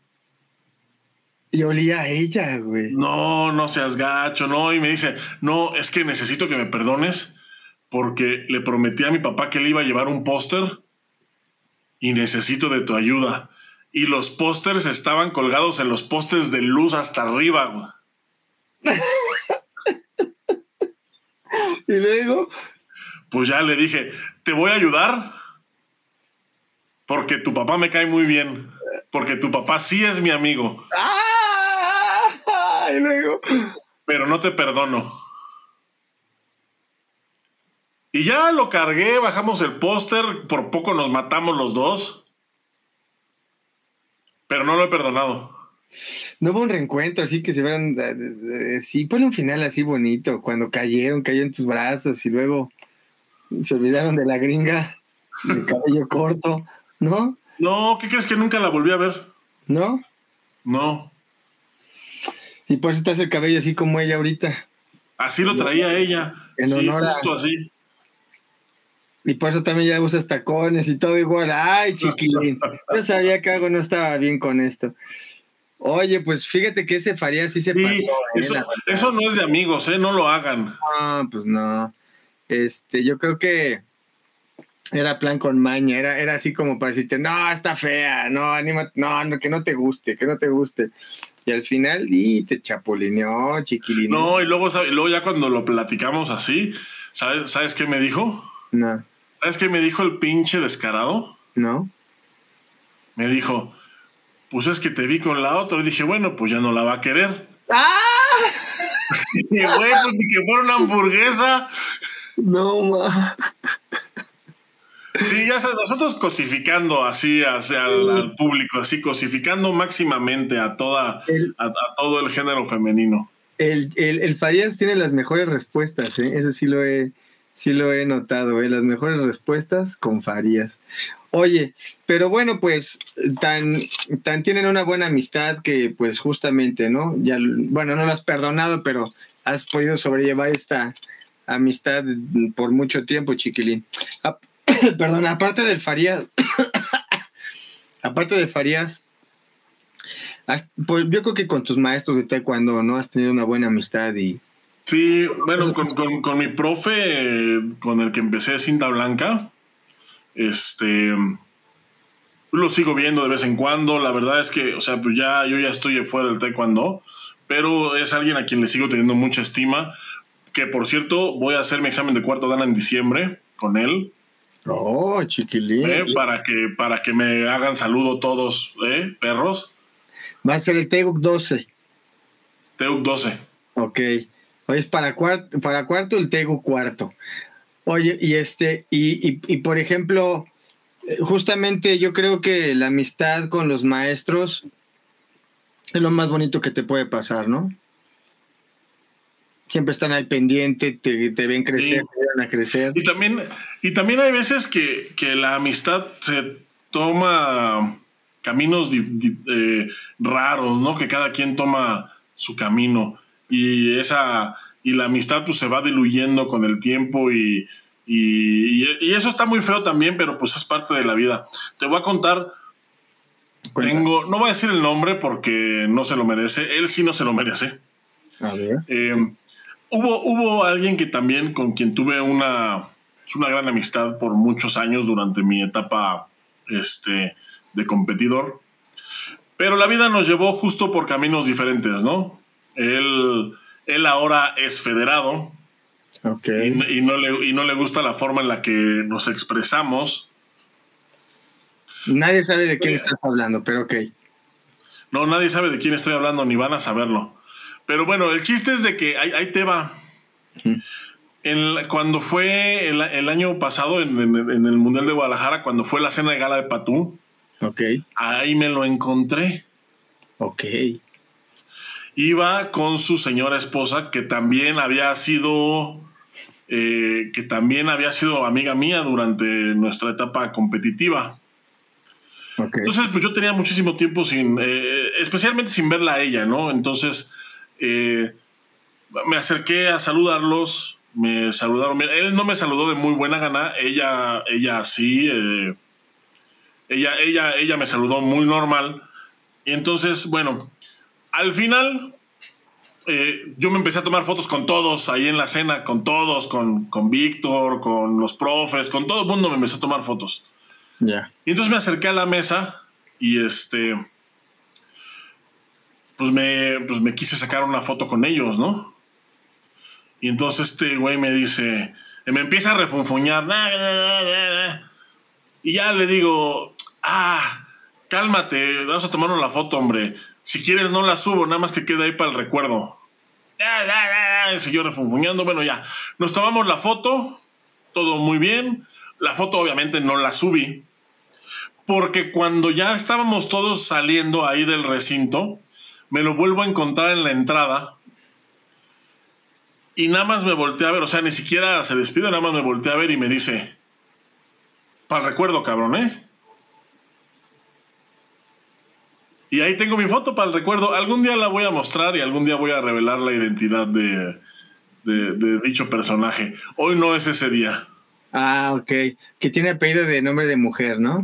Y olía a ella, güey. No seas gacho, no. Y me dice, no, es que necesito que me perdones porque le prometí a mi papá que le iba a llevar un póster y necesito de tu ayuda. Y los pósters estaban colgados en los postes de luz hasta arriba, güey. Y luego, pues ya le dije, te voy a ayudar porque tu papá me cae muy bien, porque tu papá sí es mi amigo. ¡Ah! Y luego, pero no te perdono. Y ya lo cargué, bajamos el póster, por poco nos matamos los dos, pero no lo he perdonado. no hubo un reencuentro así que se vieran, sí, ponle un final así bonito, cuando cayó en tus brazos y luego se olvidaron de la gringa de cabello corto, ¿no? No, ¿qué crees que nunca la volví a ver? ¿No? No. Y por eso estás el cabello así como ella ahorita. Así lo traía ella. En sí, honor justo así. Y por eso también ya usas tacones y todo igual. Ay, chiquilín. Yo sabía que algo no estaba bien con esto. Oye, pues fíjate que ese Farías sí se pasó, Sí, la eso verdad. no es de amigos, no lo hagan. No, pues no. Yo creo que era plan con maña, era así como para decirte, no, está fea, no, anímate, no, que no te guste, que no te guste. Y al final, y te chapulineó, chiquilín. No, y luego ya cuando lo platicamos así, ¿sabes qué me dijo? No, ¿Sabes qué me dijo el pinche descarado? no. Me dijo, pues es que te vi con la otra. Y dije, bueno, pues ya no la va a querer. ¡Ah! Y güey, pues ni que fuera una hamburguesa. No, ma. Sí, ya sabes, nosotros cosificando así hacia al público, así cosificando máximamente El, a todo el género femenino. el Farías tiene las mejores respuestas, ¿eh? Eso sí lo he notado, ¿eh? Las mejores respuestas con Farías. Oye, pero bueno, pues tan tienen una buena amistad que pues justamente, ¿no? Ya, bueno, no lo has perdonado, pero has podido sobrellevar esta amistad por mucho tiempo, chiquilín. Ah, perdón, aparte de Farías, pues yo creo que con tus maestros de taekwondo, ¿no? Has tenido una buena amistad y... Sí, bueno, con mi profe, con el que empecé cinta blanca, este, lo sigo viendo de vez en cuando. La verdad es que, o sea, pues yo ya estoy fuera del taekwondo, pero es alguien a quien le sigo teniendo mucha estima. Que por cierto, voy a hacer mi examen de cuarto dan en diciembre con él. Oh, chiquilín. Para que me hagan saludo todos, perros. Va a ser el TEUC 12. TEUC 12. Ok. Hoy es para cuarto el TEUC cuarto. Oye, y por ejemplo, justamente yo creo que la amistad con los maestros es lo más bonito que te puede pasar, ¿no? Siempre están al pendiente, te ven crecer, Sí. te van a crecer. Y también hay veces que la amistad se toma caminos raros, ¿no? Que cada quien toma su camino. Y la amistad pues se va diluyendo con el tiempo y eso está muy feo también, pero pues es parte de la vida. Te voy a contar, Cuenta. no voy a decir el nombre porque no se lo merece, él sí no se lo merece. A ver. Hubo alguien que también con quien tuve una gran amistad por muchos años durante mi etapa de competidor, pero la vida nos llevó justo por caminos diferentes, ¿no? Él ahora es federado Ok. y no le gusta la forma en la que nos expresamos. Nadie sabe de quién estás hablando, pero ok. No, nadie sabe de quién estoy hablando ni van a saberlo. Pero bueno, el chiste es de que ahí te va. Cuando fue el año pasado en el Mundial de Guadalajara, cuando fue la cena de gala de Patú, Ok. ahí me lo encontré. Ok. Iba con su señora esposa, que también había sido amiga mía durante nuestra etapa competitiva. Okay. Entonces, pues yo tenía muchísimo tiempo especialmente sin verla a ella, ¿no? Entonces, me acerqué a saludarlos, me saludaron bien. Él no me saludó de muy buena gana, ella sí, ella me saludó muy normal. Y entonces, bueno, al final yo me empecé a tomar fotos con todos ahí en la cena, con todos, con Víctor, con los profes, con todo el mundo me empecé a tomar fotos. Ya. Yeah. Y entonces me acerqué a la mesa y pues me quise sacar una foto con ellos, ¿no? Y entonces este güey me dice, me empieza a refunfuñar. Y ya le digo, cálmate, vamos a tomarnos la foto, hombre. Si quieres no la subo, nada más que quede ahí para el recuerdo. Siguió refunfuñando, bueno ya. Nos tomamos la foto, todo muy bien. La foto obviamente no la subí, porque cuando ya estábamos todos saliendo ahí del recinto, me lo vuelvo a encontrar en la entrada. Y nada más me volteé a ver, o sea, ni siquiera se despide, nada más me volteé a ver y me dice, para el recuerdo, cabrón, ¿eh? Y ahí tengo mi foto para el recuerdo. Algún día la voy a mostrar y algún día voy a revelar la identidad de dicho personaje. Hoy no es ese día. Ah, ok. Que tiene apellido de nombre de mujer, ¿no?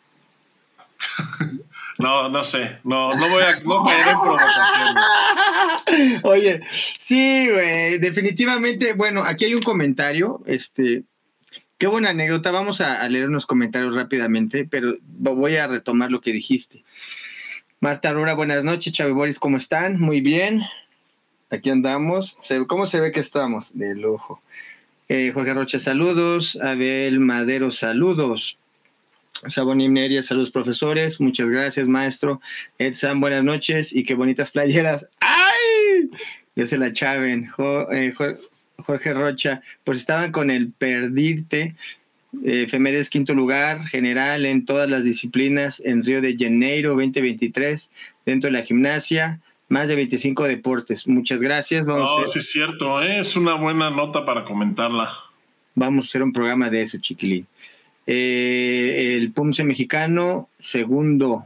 No sé. No caeré en provocaciones. Oye, sí, güey, definitivamente. Bueno, aquí hay un comentario, qué buena anécdota. Vamos a leer unos comentarios rápidamente, pero voy a retomar lo que dijiste. Marta Aurora, buenas noches. Chávez Boris, ¿cómo están? Muy bien. Aquí andamos. ¿Cómo se ve que estamos? De lujo. Jorge Rocha, saludos. Abel Madero, saludos. Saboni Neria, saludos profesores. Muchas gracias, maestro. Edson, buenas noches y qué bonitas playeras. ¡Ay! Ya se la chaven. Jorge Rocha, pues estaban con el Perdirte. Femedes quinto lugar general en todas las disciplinas en Río de Janeiro 2023 dentro de la gimnasia, más de 25 deportes. Muchas gracias. Sí es cierto, es una buena nota para comentarla. Vamos a hacer un programa de eso, chiquilín. El PUMSE mexicano, segundo,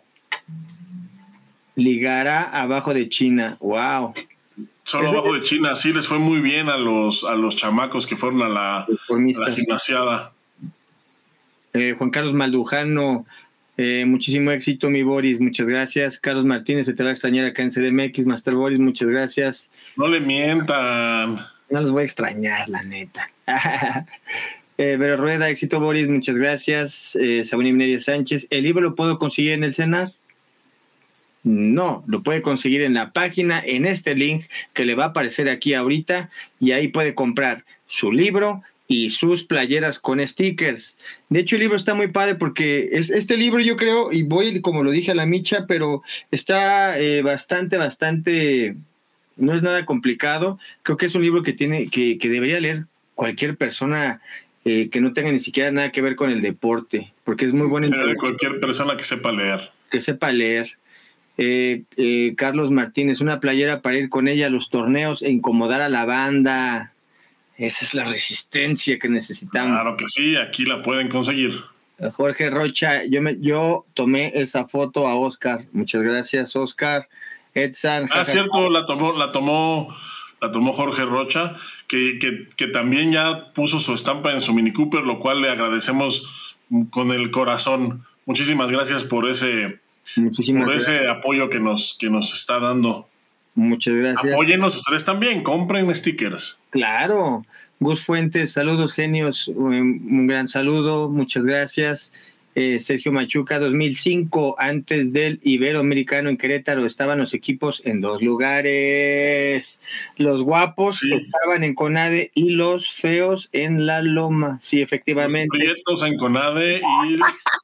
ligará abajo de China. Wow. Solo abajo de China, sí les fue muy bien a los chamacos que fueron a la gimnasiada. Juan Carlos Maldujano, muchísimo éxito, mi Boris, muchas gracias. Carlos Martínez, se te va a extrañar acá en CDMX, Master Boris, muchas gracias. No le mientan. No los voy a extrañar, la neta. Pero Rueda, éxito, Boris, muchas gracias. Saboní Mineria Sánchez, ¿el libro lo puedo conseguir en el CENAR? No, lo puede conseguir en la página, en este link que le va a aparecer aquí ahorita, y ahí puede comprar su libro y sus playeras con stickers. De hecho, el libro está muy padre porque este libro yo creo, y voy como lo dije a la micha, pero está bastante, no es nada complicado. Creo que es un libro que debería leer cualquier persona que no tenga ni siquiera nada que ver con el deporte, porque es muy bueno. Cualquier persona que sepa leer. Que sepa leer. Carlos Martínez, una playera para ir con ella a los torneos e incomodar a la banda. Esa es la resistencia que necesitamos. Claro que sí, aquí la pueden conseguir. Jorge Rocha, yo tomé esa foto a Oscar. Muchas gracias, Oscar. Edson. Cierto, la tomó Jorge Rocha, que también ya puso su estampa en su Mini Cooper, lo cual le agradecemos con el corazón. Muchísimas gracias por ese apoyo que nos está dando. Muchas gracias. Apóyennos ustedes también, compren stickers. Claro. Gus Fuentes, saludos genios, un gran saludo, muchas gracias. Sergio Machuca, 2005, antes del Iberoamericano en Querétaro, estaban los equipos en 2 lugares. Los guapos estaban en CONADE y los feos en la Loma. Sí, efectivamente. Los prietos en CONADE y...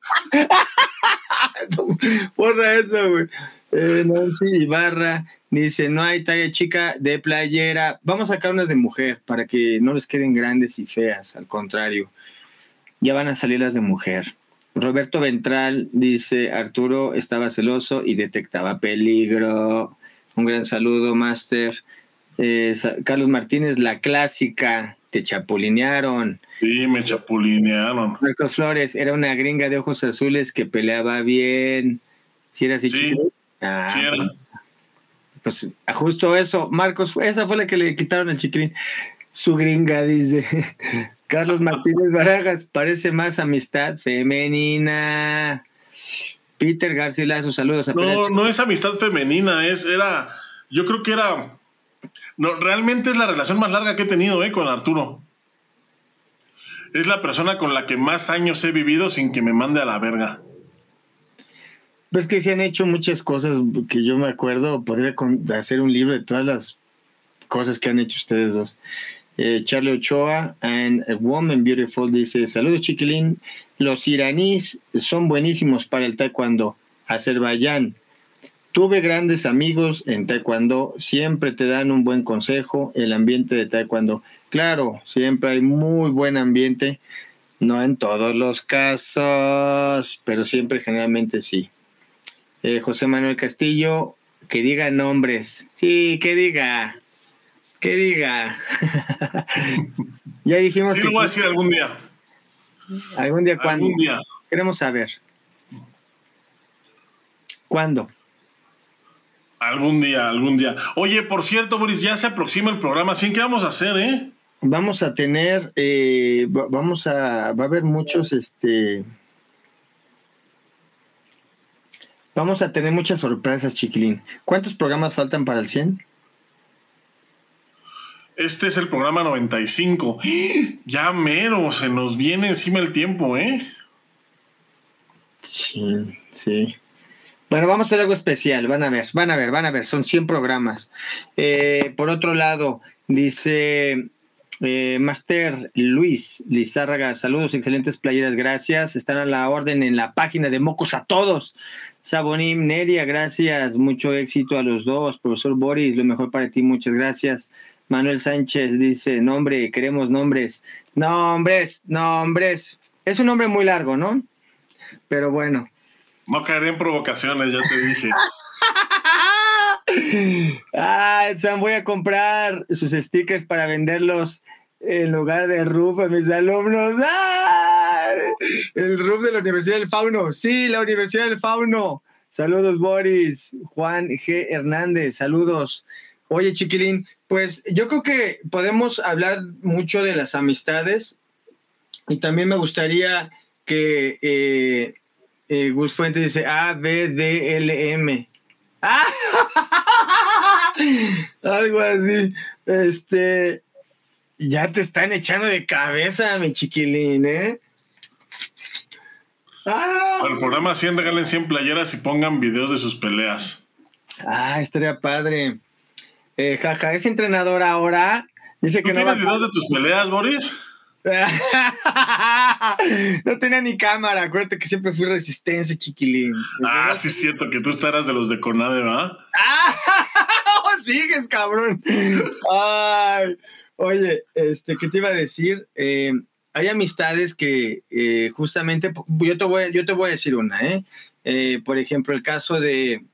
Porra eso, güey. Nancy Ibarra dice, no hay talla chica de playera. Vamos a sacar unas de mujer para que no les queden grandes y feas. Al contrario, ya van a salir las de mujer. Roberto Ventral dice, Arturo estaba celoso y detectaba peligro. Un gran saludo, Master. Carlos Martínez, la clásica, te chapulinearon. Sí, me chapulinearon. Marcos Flores, era una gringa de ojos azules que peleaba bien. ¿Sí era así? Sí, sí era. Pues justo eso, Marcos, esa fue la que le quitaron al chiquilín. Su gringa, dice. Carlos Martínez Barajas, parece más amistad femenina. Peter Garcilaso, saludos. No es amistad femenina, yo creo que era, no, realmente es la relación más larga que he tenido con Arturo. Es la persona con la que más años he vivido sin que me mande a la verga. Pues que se han hecho muchas cosas que yo me acuerdo, podría hacer un libro de todas las cosas que han hecho ustedes dos. Charlie Ochoa and a Woman Beautiful dice, saludos chiquilín, los iraníes son buenísimos para el taekwondo. Azerbaiyán, tuve grandes amigos en taekwondo, siempre te dan un buen consejo, el ambiente de taekwondo. Claro, siempre hay muy buen ambiente, no en todos los casos, pero siempre generalmente sí. José Manuel Castillo, que diga nombres. Sí, que diga. Ya dijimos. Sí, lo voy a decir algún día. ¿Algún día cuándo? Algún día. Queremos saber. ¿Cuándo? Algún día. Oye, por cierto, Boris, ya se aproxima el programa 100. ¿Qué vamos a hacer, vamos a tener, va a haber muchos, vamos a tener muchas sorpresas, chiquilín. ¿Cuántos programas faltan para el 100? Este es el programa 95. Ya mero, se nos viene encima el tiempo, ¿eh? Sí, sí. Bueno, vamos a hacer algo especial, van a ver, son 100 programas. Por otro lado, dice Master Luis Lizárraga, saludos, excelentes playeras, gracias, están a la orden en la página de Mocos a Todos. Sabonim, Neria, gracias, mucho éxito a los dos. Profesor Boris, lo mejor para ti, muchas gracias. Manuel Sánchez dice, nombre, queremos nombres. Nombres. Es un nombre muy largo, ¿no? Pero bueno. No caeré en provocaciones, ya te dije. Sam, voy a comprar sus stickers para venderlos en lugar de RUF a mis alumnos. El RUF de la Universidad del Fauno. Sí, la Universidad del Fauno. Saludos, Boris. Juan G. Hernández, saludos. Oye, chiquilín, pues yo creo que podemos hablar mucho de las amistades y también me gustaría que Gus Fuentes dice ABDLM. Algo así. Ya te están echando de cabeza, mi chiquilín, ¿eh? Al programa 100 regalen 100 playeras y pongan videos de sus peleas. Estaría padre. Jaja, es entrenador ahora. Dice que ¿Tú tienes videos de tus peleas, Boris? No tenía ni cámara, acuérdate que siempre fui resistencia, chiquilín. Sí es cierto que tú estarás de los de Conade, ¿verdad? Sigues, cabrón. Ay, oye, ¿qué te iba a decir? Hay amistades que justamente, yo te voy a decir una, por ejemplo, el caso de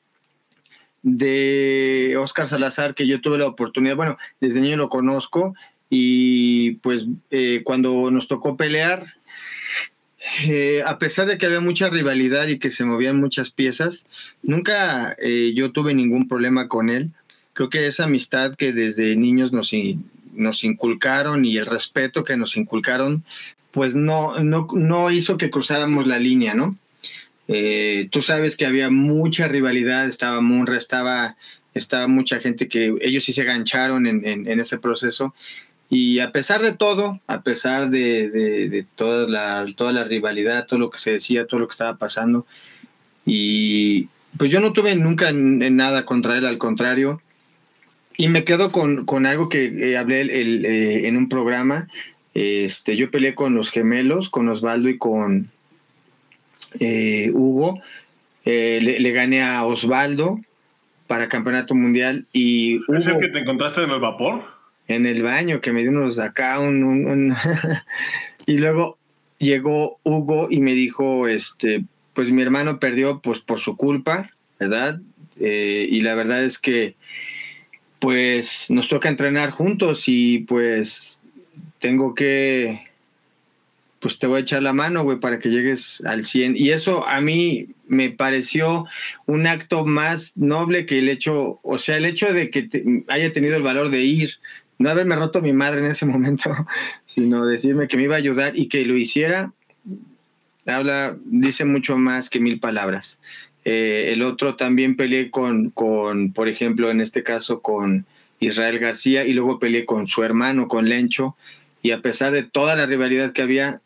Oscar Salazar, que yo tuve la oportunidad, bueno, desde niño lo conozco, y pues cuando nos tocó pelear, a pesar de que había mucha rivalidad y que se movían muchas piezas, nunca yo tuve ningún problema con él. Creo que esa amistad que desde niños nos inculcaron y el respeto que nos inculcaron, pues no hizo que cruzáramos la línea, ¿no? Tú sabes que había mucha rivalidad, estaba Munra, estaba mucha gente que ellos sí se gancharon en ese proceso. Y a pesar de todo, a pesar de toda la rivalidad, todo lo que se decía, todo lo que estaba pasando, y pues yo no tuve nunca nada contra él, al contrario, y me quedo con algo que hablé en un programa. Yo peleé con los gemelos, con Osvaldo y con Hugo. Le gané a Osvaldo para campeonato mundial y Hugo, ¿es el que te encontraste en el vapor? En el baño, que me dio unos acá, y luego llegó Hugo y me dijo, pues mi hermano perdió pues por su culpa, ¿verdad? Y la verdad es que pues nos toca entrenar juntos y pues tengo que, pues te voy a echar la mano, güey, para que llegues al 100. Y eso a mí me pareció un acto más noble que el hecho de que haya tenido el valor de ir, no haberme roto mi madre en ese momento, sino decirme que me iba a ayudar y que lo hiciera, dice mucho más que 1000 palabras. El otro también peleé con, por ejemplo, en este caso con Israel García, y luego peleé con su hermano, con Lencho, y a pesar de toda la rivalidad que había,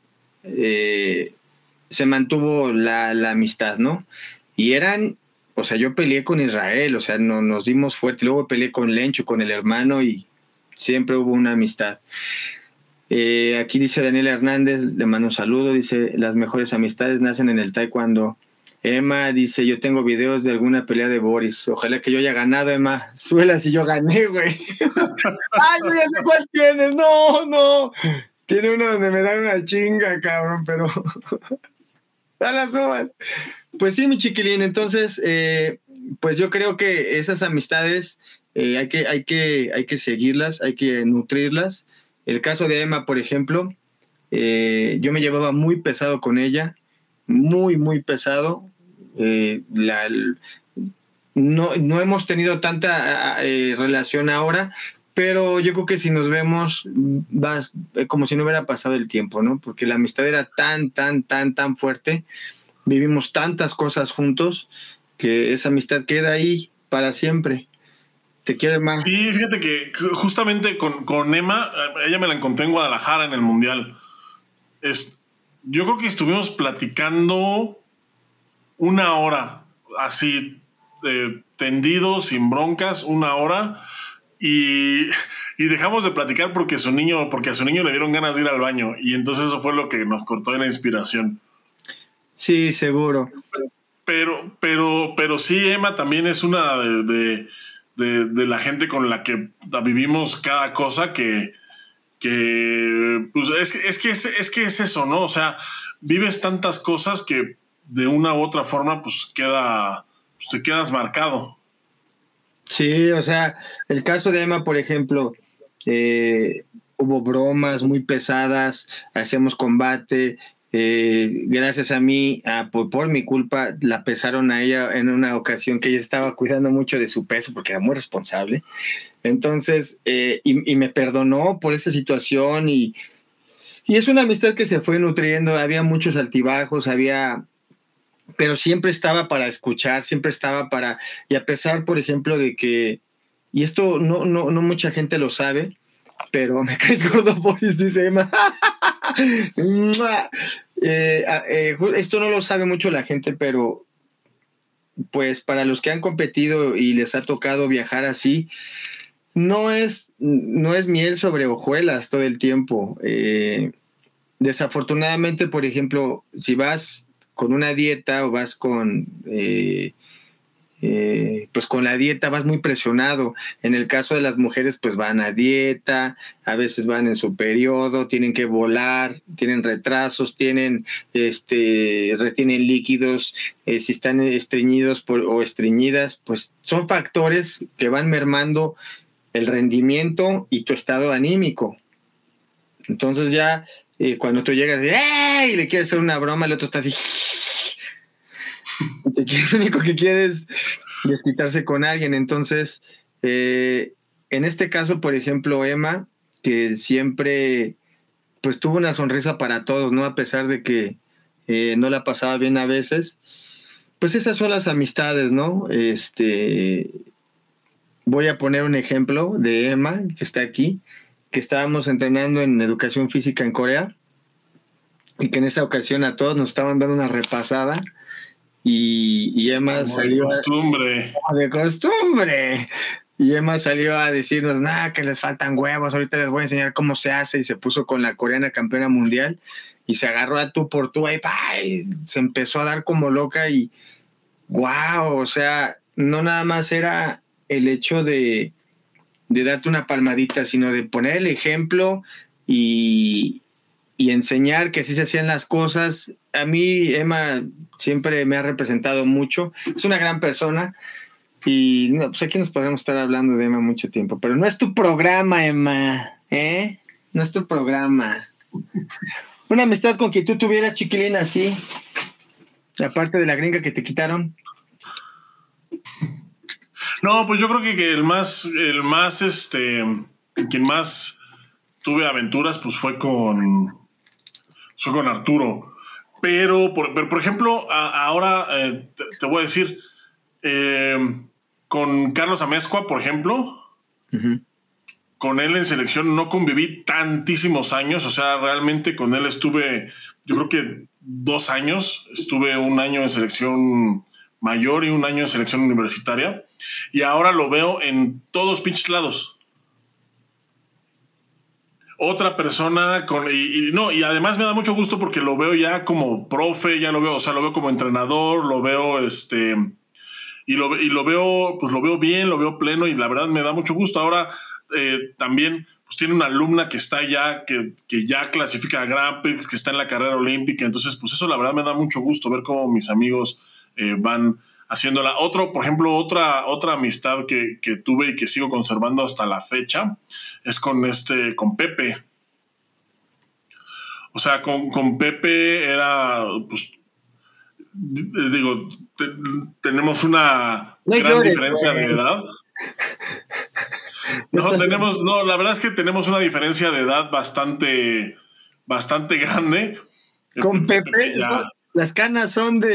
se mantuvo la amistad, ¿no? Y yo peleé con Israel, nos dimos fuerte, luego peleé con Lencho, con el hermano, y siempre hubo una amistad. Aquí dice Daniel Hernández, le mando un saludo, dice, las mejores amistades nacen en el taekwondo. Emma dice, yo tengo videos de alguna pelea de Boris, ojalá que yo haya ganado, Emma. Suela si yo gané, güey. Ay, no, ya sé cuál tienes, no. Tiene uno donde me dan una chinga, cabrón, pero da las uvas. Pues sí, mi chiquilín, entonces, pues yo creo que esas amistades hay que seguirlas, hay que nutrirlas. El caso de Emma, por ejemplo, yo me llevaba muy pesado con ella, muy, muy pesado. No hemos tenido tanta relación ahora, pero yo creo que si nos vemos, vas como si no hubiera pasado el tiempo, ¿no? Porque la amistad era tan fuerte, vivimos tantas cosas juntos, que esa amistad queda ahí para siempre. Te quiere más. Sí, fíjate que justamente con Emma, ella me la encontré en Guadalajara en el Mundial. Yo creo que estuvimos platicando una hora, así, tendidos, sin broncas, una hora, y, y dejamos de platicar porque a su niño le dieron ganas de ir al baño, y entonces eso fue lo que nos cortó de la inspiración. Sí, seguro. Pero sí, Emma también es una de la gente con la que vivimos cada cosa que pues es que es eso, ¿no? O sea, vives tantas cosas que de una u otra forma pues te quedas marcado. Sí, o sea, el caso de Emma, por ejemplo, hubo bromas muy pesadas, hacemos combate, gracias a mí, por mi culpa, la pesaron a ella en una ocasión que ella estaba cuidando mucho de su peso porque era muy responsable. Entonces, y me perdonó por esa situación y es una amistad que se fue nutriendo, había muchos altibajos, pero siempre estaba para escuchar, siempre estaba para, y a pesar, por ejemplo, de que, y esto no mucha gente lo sabe, pero me caes gordo, Boris, dice Emma. Esto no lo sabe mucho la gente, pero pues para los que han competido y les ha tocado viajar así, no es miel sobre hojuelas todo el tiempo. Desafortunadamente, por ejemplo, si vas con una dieta o vas pues con la dieta vas muy presionado. En el caso de las mujeres, pues van a dieta, a veces van en su periodo, tienen que volar, tienen retrasos, retienen líquidos, si están estreñidos o estreñidas, pues son factores que van mermando el rendimiento y tu estado anímico. Entonces ya cuando tú llegas y le quieres hacer una broma, el otro está así. Lo único que quieres desquitarse con alguien. Entonces, en este caso, por ejemplo, Emma, que siempre pues tuvo una sonrisa para todos, ¿no? A pesar de que no la pasaba bien a veces. Pues esas son las amistades, ¿no? Voy a poner un ejemplo de Emma, que está aquí, que estábamos entrenando en educación física en Corea y que en esa ocasión a todos nos estaban dando una repasada y Emma salió de costumbre y Emma salió a decirnos que les faltan huevos, ahorita les voy a enseñar cómo se hace y se puso con la coreana campeona mundial y se agarró a tú por tú ahí, y se empezó a dar como loca y wow, o sea, no nada más era el hecho de darte una palmadita, sino de poner el ejemplo y enseñar que así se hacían las cosas. A mí, Emma siempre me ha representado mucho. Es una gran persona y pues aquí nos podemos estar hablando de Emma mucho tiempo, pero no es tu programa, Emma, ¿eh? No es tu programa. Una amistad con quien tú tuvieras, chiquilina, así, aparte de la gringa que te quitaron. No, pues yo creo que quien más tuve aventuras, pues fue con Arturo. Pero por ejemplo, ahora te voy a decir, con Carlos Amezcua, por ejemplo, con él en selección no conviví tantísimos años, o sea, realmente con él estuve, yo creo que 2 años, estuve un año en selección mayor y un año en selección universitaria, y ahora lo veo en todos pinches lados. Otra persona y además me da mucho gusto porque lo veo ya como profe, ya lo veo, o sea, lo veo como entrenador, lo veo y lo veo, pues lo veo bien, lo veo pleno y la verdad me da mucho gusto. Ahora también pues tiene una alumna que está ya, que ya clasifica a Grand Prix, que está en la carrera olímpica, entonces pues eso la verdad me da mucho gusto ver cómo mis amigos van haciéndola. Por ejemplo, otra amistad que tuve y que sigo conservando hasta la fecha es con Pepe. O sea, con Pepe era, pues, digo, tenemos una gran diferencia de edad. No, la verdad es que tenemos una diferencia de edad bastante grande. Con Pepe Pepe, ya. las canas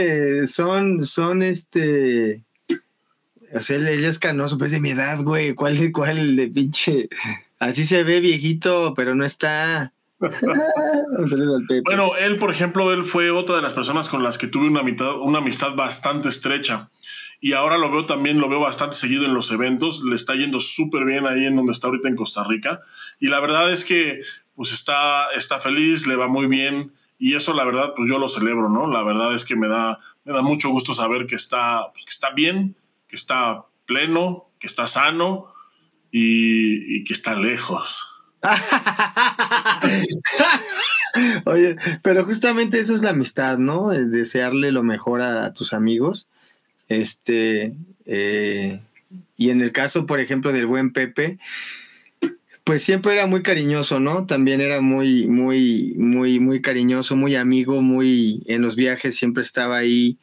o sea, él es canoso, pues de mi edad, güey. ¿Cuál de pinche? Así se ve viejito, pero no está. Un saludo al Pepe. Bueno, él, por ejemplo, él fue otra de las personas con las que tuve una amistad bastante estrecha. Y ahora lo veo bastante seguido en los eventos. Le está yendo súper bien ahí en donde está ahorita en Costa Rica. Y la verdad es que pues está feliz, le va muy bien. Y eso, la verdad, pues yo lo celebro, ¿no? La verdad es que me da mucho gusto saber pues, que está bien, que está pleno, que está sano y que está lejos. Oye, pero justamente eso es la amistad, ¿no? El desearle lo mejor a tus amigos. Este, eh, y en el caso, por ejemplo, del buen Pepe, pues siempre era muy cariñoso, ¿no? También era muy cariñoso, muy amigo, muy en los viajes siempre estaba ahí,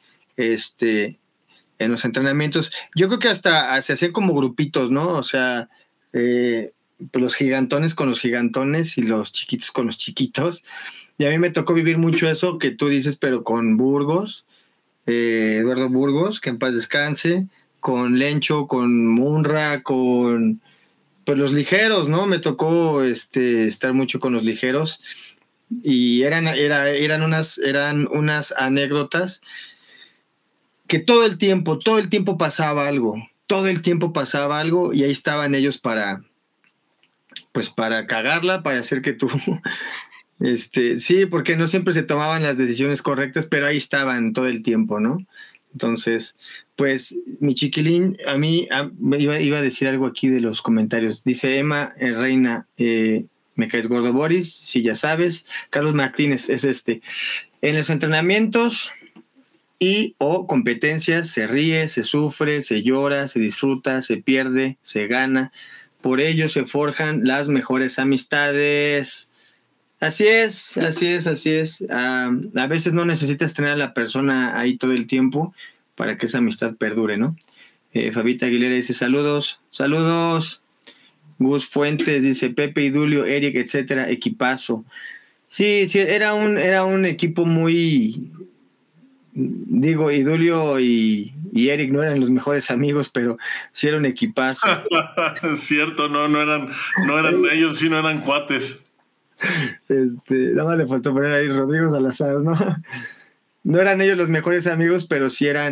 en los entrenamientos. Yo creo que hasta se hacían como grupitos, ¿no? O sea, pues los gigantones con los gigantones y los chiquitos con los chiquitos. Y a mí me tocó vivir mucho eso que tú dices, pero con Burgos, Eduardo Burgos, que en paz descanse, con Lencho, con Munra, con pues los ligeros, ¿no? Me tocó estar mucho con los ligeros y eran unas anécdotas que todo el tiempo pasaba algo y ahí estaban ellos pues para cagarla, para hacer que tú, sí, porque no siempre se tomaban las decisiones correctas, pero ahí estaban todo el tiempo, ¿no? Entonces, pues mi chiquilín, me iba a decir algo aquí de los comentarios. Dice Emma Reina, me caes gordo Boris, sí, ya sabes. Carlos Martínez es en los entrenamientos y o competencias se ríe, se sufre, se llora, se disfruta, se pierde, se gana. Por ello se forjan las mejores amistades. Así es, así es, así es. A veces no necesitas tener a la persona ahí todo el tiempo para que esa amistad perdure, ¿no? Fabita Aguilera dice saludos, saludos. Gus Fuentes dice Pepe, Idulio, Eric, etcétera, equipazo. Sí, sí, era un equipo muy, digo, Idulio y Eric no eran los mejores amigos, pero sí era un equipazo. Cierto, no eran, ellos sí no eran cuates. Nada más le faltó poner ahí Rodrigo Salazar, ¿no? No eran ellos los mejores amigos, pero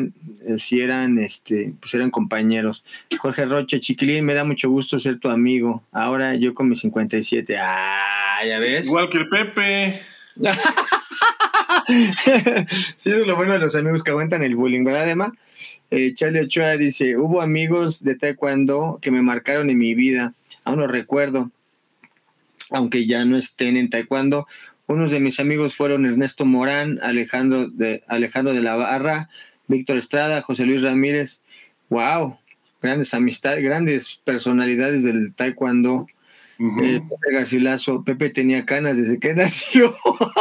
pues eran compañeros. Jorge Roche, chiquilín, me da mucho gusto ser tu amigo. Ahora yo con mis 57. ¿Ya ves? Igual que el Pepe. Sí, eso es lo bueno de los amigos que aguantan el bullying, ¿verdad, Emma? Charlie Ochoa dice, hubo amigos de taekwondo que me marcaron en mi vida. Aún lo recuerdo, aunque ya no estén en taekwondo. Unos de mis amigos fueron Ernesto Morán, Alejandro de la Barra, Víctor Estrada, José Luis Ramírez. ¡Wow! Grandes amistades, grandes personalidades del taekwondo. Pepe Garcilaso, Pepe tenía canas desde que nació.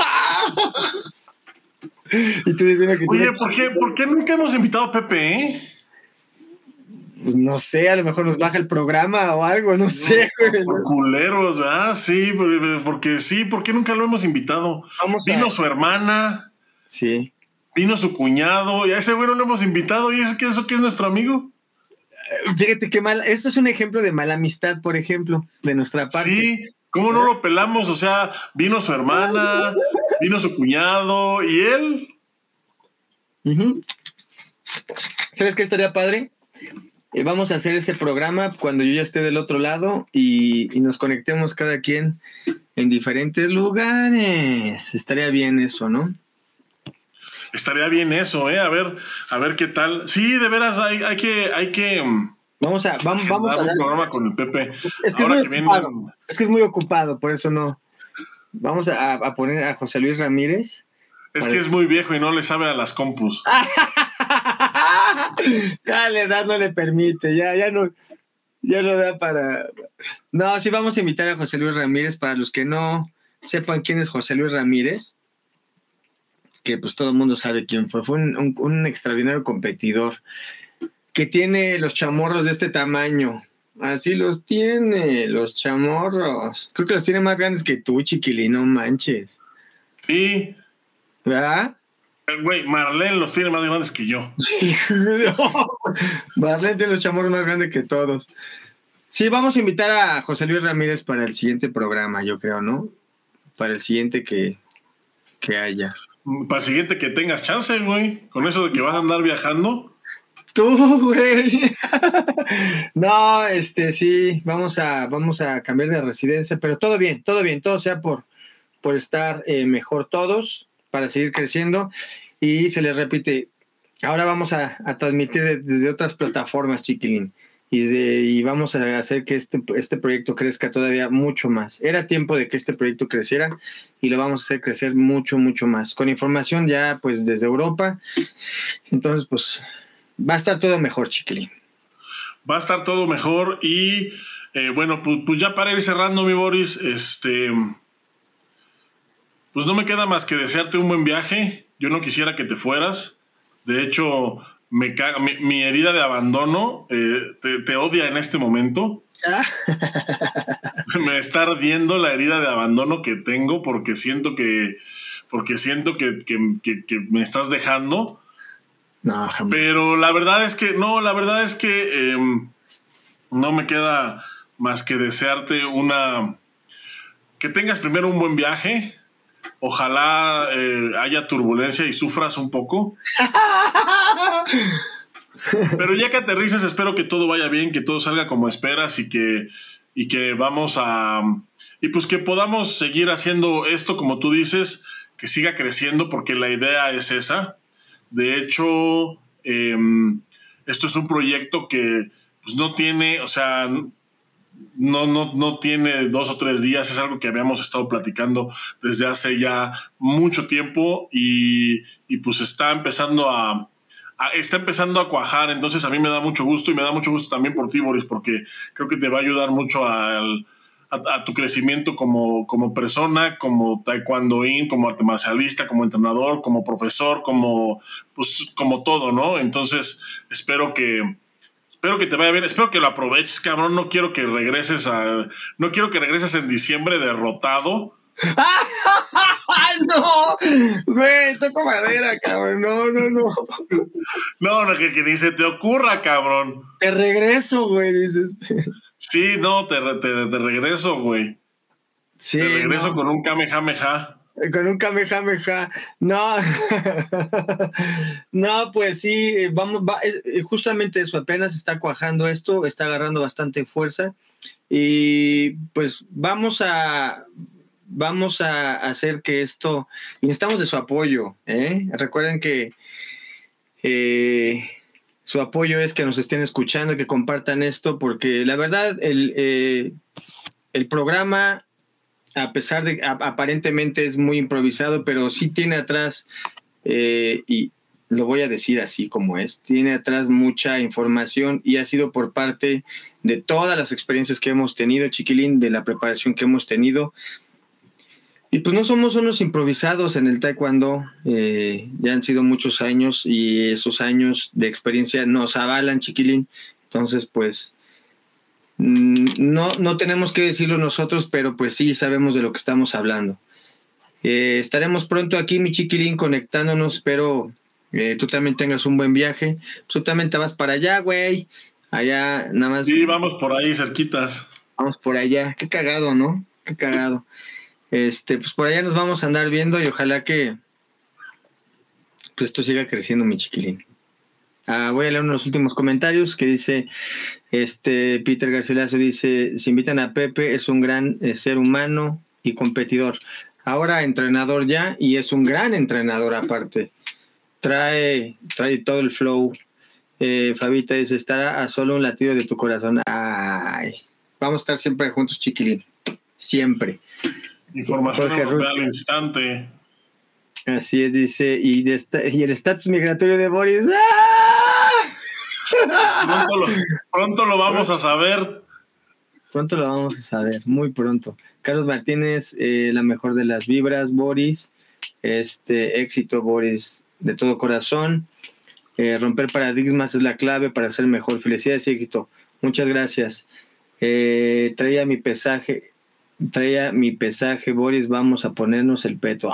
Y tú diciendo que oye, ¿por qué nunca hemos invitado a Pepe, Pues no sé, a lo mejor nos baja el programa o algo, no sé. Por culeros, ¿verdad? Sí, porque sí, ¿por qué nunca lo hemos invitado? Vino su hermana. Sí. Vino su cuñado, y a ese güey no lo hemos invitado, ¿y eso que es nuestro amigo? Fíjate qué mal, eso es un ejemplo de mala amistad, por ejemplo, de nuestra parte. Sí, ¿cómo no lo pelamos? O sea, vino su hermana, vino su cuñado, ¿y él? ¿Sabes qué estaría padre? Vamos a hacer ese programa cuando yo ya esté del otro lado y nos conectemos cada quien en diferentes lugares. Estaría bien eso, ¿no? Estaría bien eso, ¿eh? A ver qué tal. Sí, de veras, hay que vamos a dar un programa con el Pepe. Es que ahora es que muy ocupado. vienen. Es que es muy ocupado, por eso no. Vamos a poner a José Luis Ramírez. Es que es muy viejo y no le sabe a las compus. Ya la edad no le permite, ya no da para. No, sí vamos a invitar a José Luis Ramírez. Para los que no sepan quién es José Luis Ramírez, que pues todo el mundo sabe quién fue un extraordinario competidor que tiene los chamorros de este tamaño, Así los tiene, los chamorros. Creo que los tiene más grandes que tú, chiquilín, no manches. Sí. ¿Verdad? Güey, Marlene los tiene más grandes que yo. Marlene tiene los chamorros más grandes que todos. Sí, vamos a invitar a José Luis Ramírez para el siguiente programa, yo creo, ¿no? Para el siguiente que haya. Para el siguiente que tengas chance, güey. Con eso de que vas a andar viajando. Tú, güey. No, sí, vamos a cambiar de residencia, pero todo bien, todo sea por estar mejor todos, para seguir creciendo. Y se les repite, ahora vamos a transmitir desde otras plataformas, chiquilín. Y vamos a hacer que este proyecto crezca todavía mucho más. Era tiempo de que este proyecto creciera y lo vamos a hacer crecer mucho, mucho más. Con información ya pues desde Europa. Entonces pues va a estar todo mejor, chiquilín. Va a estar todo mejor y bueno, pues ya para ir cerrando, mi Boris, pues no me queda más que desearte un buen viaje. Yo no quisiera que te fueras. De hecho, mi herida de abandono te odia en este momento. Me está ardiendo la herida de abandono que tengo porque siento que me estás dejando. No, jamás. Pero la verdad es que no me queda más que desearte que tengas primero un buen viaje. Ojalá haya turbulencia y sufras un poco. Pero ya que aterrices, espero que todo vaya bien, que todo salga como esperas y que y pues que podamos seguir haciendo esto como tú dices, que siga creciendo porque la idea es esa. De hecho, esto es un proyecto que pues no tiene, o sea, no tiene 2 o 3 días, es algo que habíamos estado platicando desde hace ya mucho tiempo y pues está empezando a cuajar. Entonces a mí me da mucho gusto y me da mucho gusto también por ti, Boris, porque creo que te va a ayudar mucho a tu crecimiento como persona, como taekwondoín, como arte marcialista, como entrenador, como profesor, como todo, ¿no? Entonces espero que te vaya bien, espero que lo aproveches, cabrón. No quiero que regreses en diciembre derrotado. No, güey, toco madera, cabrón. No. No, que ni se te ocurra, cabrón. Te regreso, güey, dices. Sí, no, te regreso, güey. Sí, te regreso con un kamehameha. Con un kamehameha. No. No, pues sí, justamente eso, apenas está cuajando esto, está agarrando bastante fuerza. Y pues vamos a hacer que esto, y necesitamos de su apoyo, ¿eh? Recuerden que su apoyo es que nos estén escuchando, que compartan esto, porque la verdad el programa, a pesar de aparentemente es muy improvisado, pero sí tiene atrás, y lo voy a decir así como es, tiene atrás mucha información y ha sido por parte de todas las experiencias que hemos tenido, chiquilín, de la preparación que hemos tenido. Y pues no somos unos improvisados en el taekwondo, ya han sido muchos años y esos años de experiencia nos avalan, chiquilín. Entonces, pues no tenemos que decirlo nosotros, pero pues sí sabemos de lo que estamos hablando. Estaremos pronto aquí, mi chiquilín, conectándonos. Espero tú también tengas un buen viaje. Tú también te vas para allá, güey. Allá, nada más. Sí, vamos por ahí, cerquitas. Vamos por allá. Qué cagado, ¿no? Qué cagado. Pues por allá nos vamos a andar viendo y ojalá que pues esto siga creciendo, mi chiquilín. Voy a leer unos últimos comentarios que dice Peter Garcilaso, dice: si invitan a Pepe, es un gran ser humano y competidor. Ahora entrenador ya, y es un gran entrenador aparte. Trae todo el flow. Fabita dice: estará a solo un latido de tu corazón. Ay, vamos a estar siempre juntos, chiquilín. Siempre. Información europea al instante. Así es, dice. Y el estatus migratorio de Boris. Pronto lo vamos a saber. Pronto lo vamos a saber, muy pronto. Carlos Martínez, la mejor de las vibras, Boris. Éxito, Boris, de todo corazón. Romper paradigmas es la clave para ser mejor. Felicidades y éxito. Muchas gracias. Traía mi pesaje, Boris, vamos a ponernos el peto.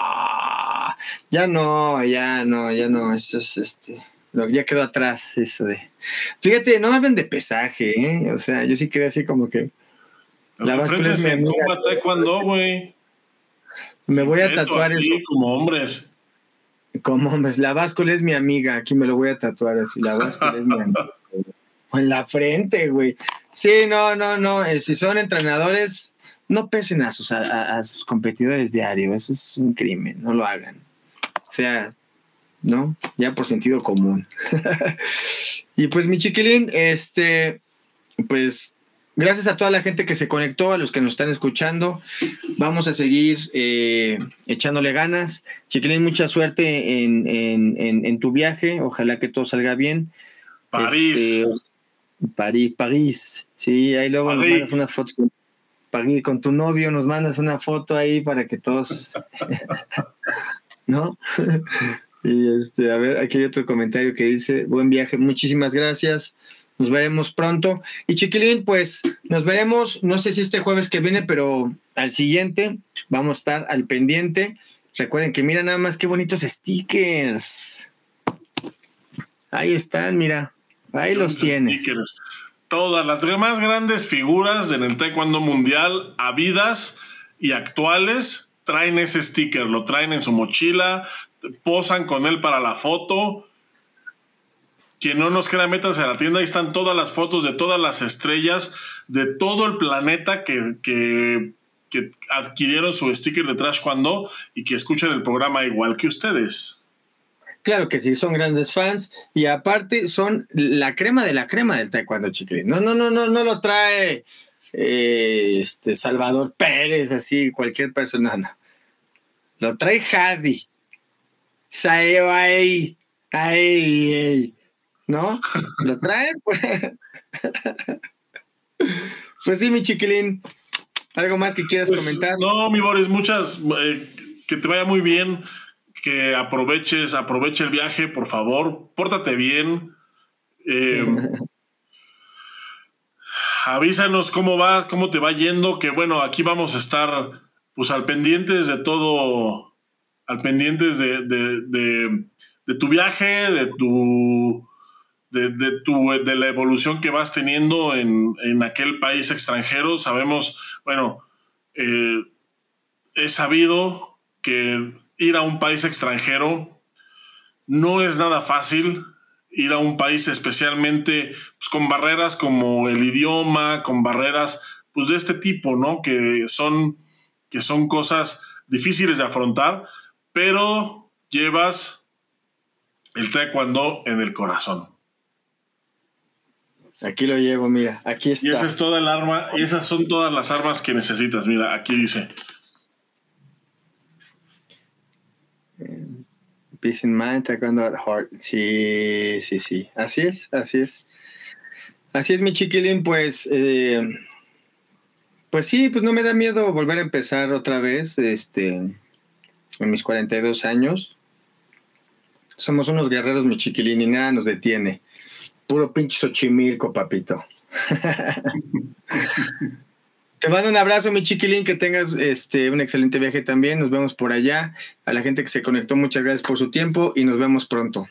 Ya no, eso es ya quedó atrás eso de. Fíjate, no me hablen de pesaje, ¿eh? O sea, yo sí quedé así como que. La báscula es mi amiga. ¿Cómo taekwondo, güey? Me voy a tatuar así, eso. Como hombres. Como hombres. La báscula es mi amiga. Aquí me lo voy a tatuar así. La báscula es mi amiga. O en la frente, güey. Sí, no. Si son entrenadores, no pesen a sus competidores diario. Eso es un crimen. No lo hagan. O sea, ¿no? Ya por sentido común. Y pues, mi chiquilín, pues, gracias a toda la gente que se conectó, a los que nos están escuchando. Vamos a seguir echándole ganas. Chiquilín, mucha suerte en tu viaje. Ojalá que todo salga bien. París. Sí, ahí luego nos mandas unas fotos con tu novio, nos mandas una foto ahí para que todos, ¿no? Y a ver, aquí hay otro comentario que dice, buen viaje, muchísimas gracias, nos veremos pronto. Y chiquilín, pues nos veremos, no sé si este jueves que viene, pero al siguiente vamos a estar al pendiente. Recuerden que mira nada más qué bonitos stickers. Ahí están, mira, ahí los tienes. Stickers. Todas las más grandes figuras en el taekwondo mundial, habidas y actuales, traen ese sticker, lo traen en su mochila, posan con él para la foto. Quien no nos crea, métanse a la tienda, ahí están todas las fotos de todas las estrellas de todo el planeta que adquirieron su sticker de Trash Kwando y que escuchan el programa igual que ustedes. Claro que sí, son grandes fans y aparte son la crema del taekwondo, chiquilín. No lo trae Salvador Pérez, así, cualquier persona, no. Lo trae Hadi. Saeo ahí, ¿no? Lo trae, pues. Pues sí, mi chiquilín. ¿Algo más que quieras comentar? No, mi Boris, que te vaya muy bien. Que aproveche el viaje, por favor, pórtate bien, avísanos cómo te va yendo, que bueno, aquí vamos a estar pues al pendientes de todo, al pendientes de tu viaje, de la evolución que vas teniendo en aquel país extranjero. Sabemos, bueno, he sabido que ir a un país extranjero no es nada fácil, ir a un país especialmente pues, con barreras como el idioma, con barreras pues, de este tipo, ¿no? Que son cosas difíciles de afrontar, pero llevas el taekwondo en el corazón. Aquí lo llevo, mira, aquí está. Y esa es toda el arma, y esas son todas las armas que necesitas. Mira, aquí dice. Peace in mind, taekwondo at heart. Sí. Así es, mi chiquilín, pues sí, pues no me da miedo volver a empezar otra vez, en mis 42 años. Somos unos guerreros, mi chiquilín, y nada nos detiene. Puro pinche Xochimilco, papito. Te mando un abrazo, mi chiquilín, que tengas un excelente viaje también. Nos vemos por allá. A la gente que se conectó, muchas gracias por su tiempo y nos vemos pronto.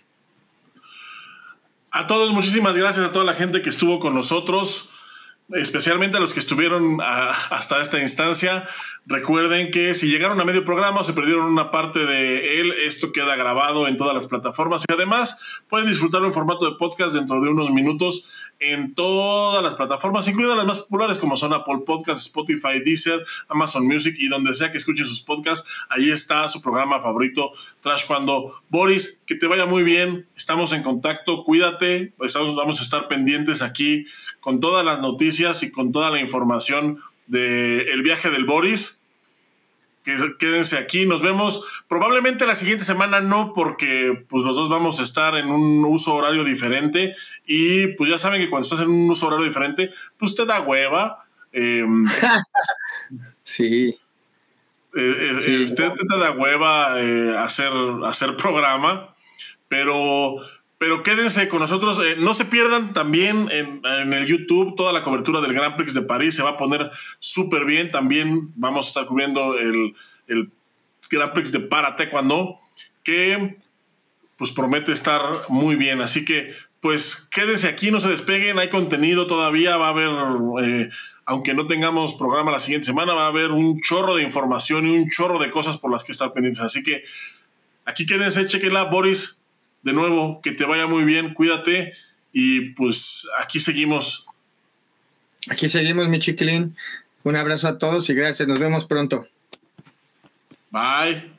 A todos, muchísimas gracias a toda la gente que estuvo con nosotros, especialmente a los que estuvieron hasta esta instancia. Recuerden que si llegaron a medio programa o se perdieron una parte de él, esto queda grabado en todas las plataformas y además pueden disfrutarlo en formato de podcast dentro de unos minutos en todas las plataformas, incluidas las más populares como son Apple Podcasts, Spotify, Deezer, Amazon Music y donde sea que escuchen sus podcasts. Ahí está su programa favorito, Trash Kwando. Boris, que te vaya muy bien, estamos en contacto, cuídate, vamos a estar pendientes aquí con todas las noticias y con toda la información del viaje del Boris. Quédense aquí, nos vemos probablemente la siguiente semana, no, porque pues los dos vamos a estar en un uso horario diferente y pues ya saben que cuando estás en un uso horario diferente pues te da hueva. Sí. Te da hueva hacer programa, pero Pero quédense con nosotros, no se pierdan también en el YouTube toda la cobertura del Grand Prix de París, se va a poner súper bien, también vamos a estar cubriendo el Grand Prix de Para Taekwondo, que pues promete estar muy bien, así que pues quédense aquí, no se despeguen, hay contenido todavía, va a haber, aunque no tengamos programa la siguiente semana, va a haber un chorro de información y un chorro de cosas por las que estar pendientes, así que aquí quédense, chequenla. Boris, de nuevo, que te vaya muy bien, cuídate y pues aquí seguimos. Aquí seguimos, mi chiquilín. Un abrazo a todos y gracias. Nos vemos pronto. Bye.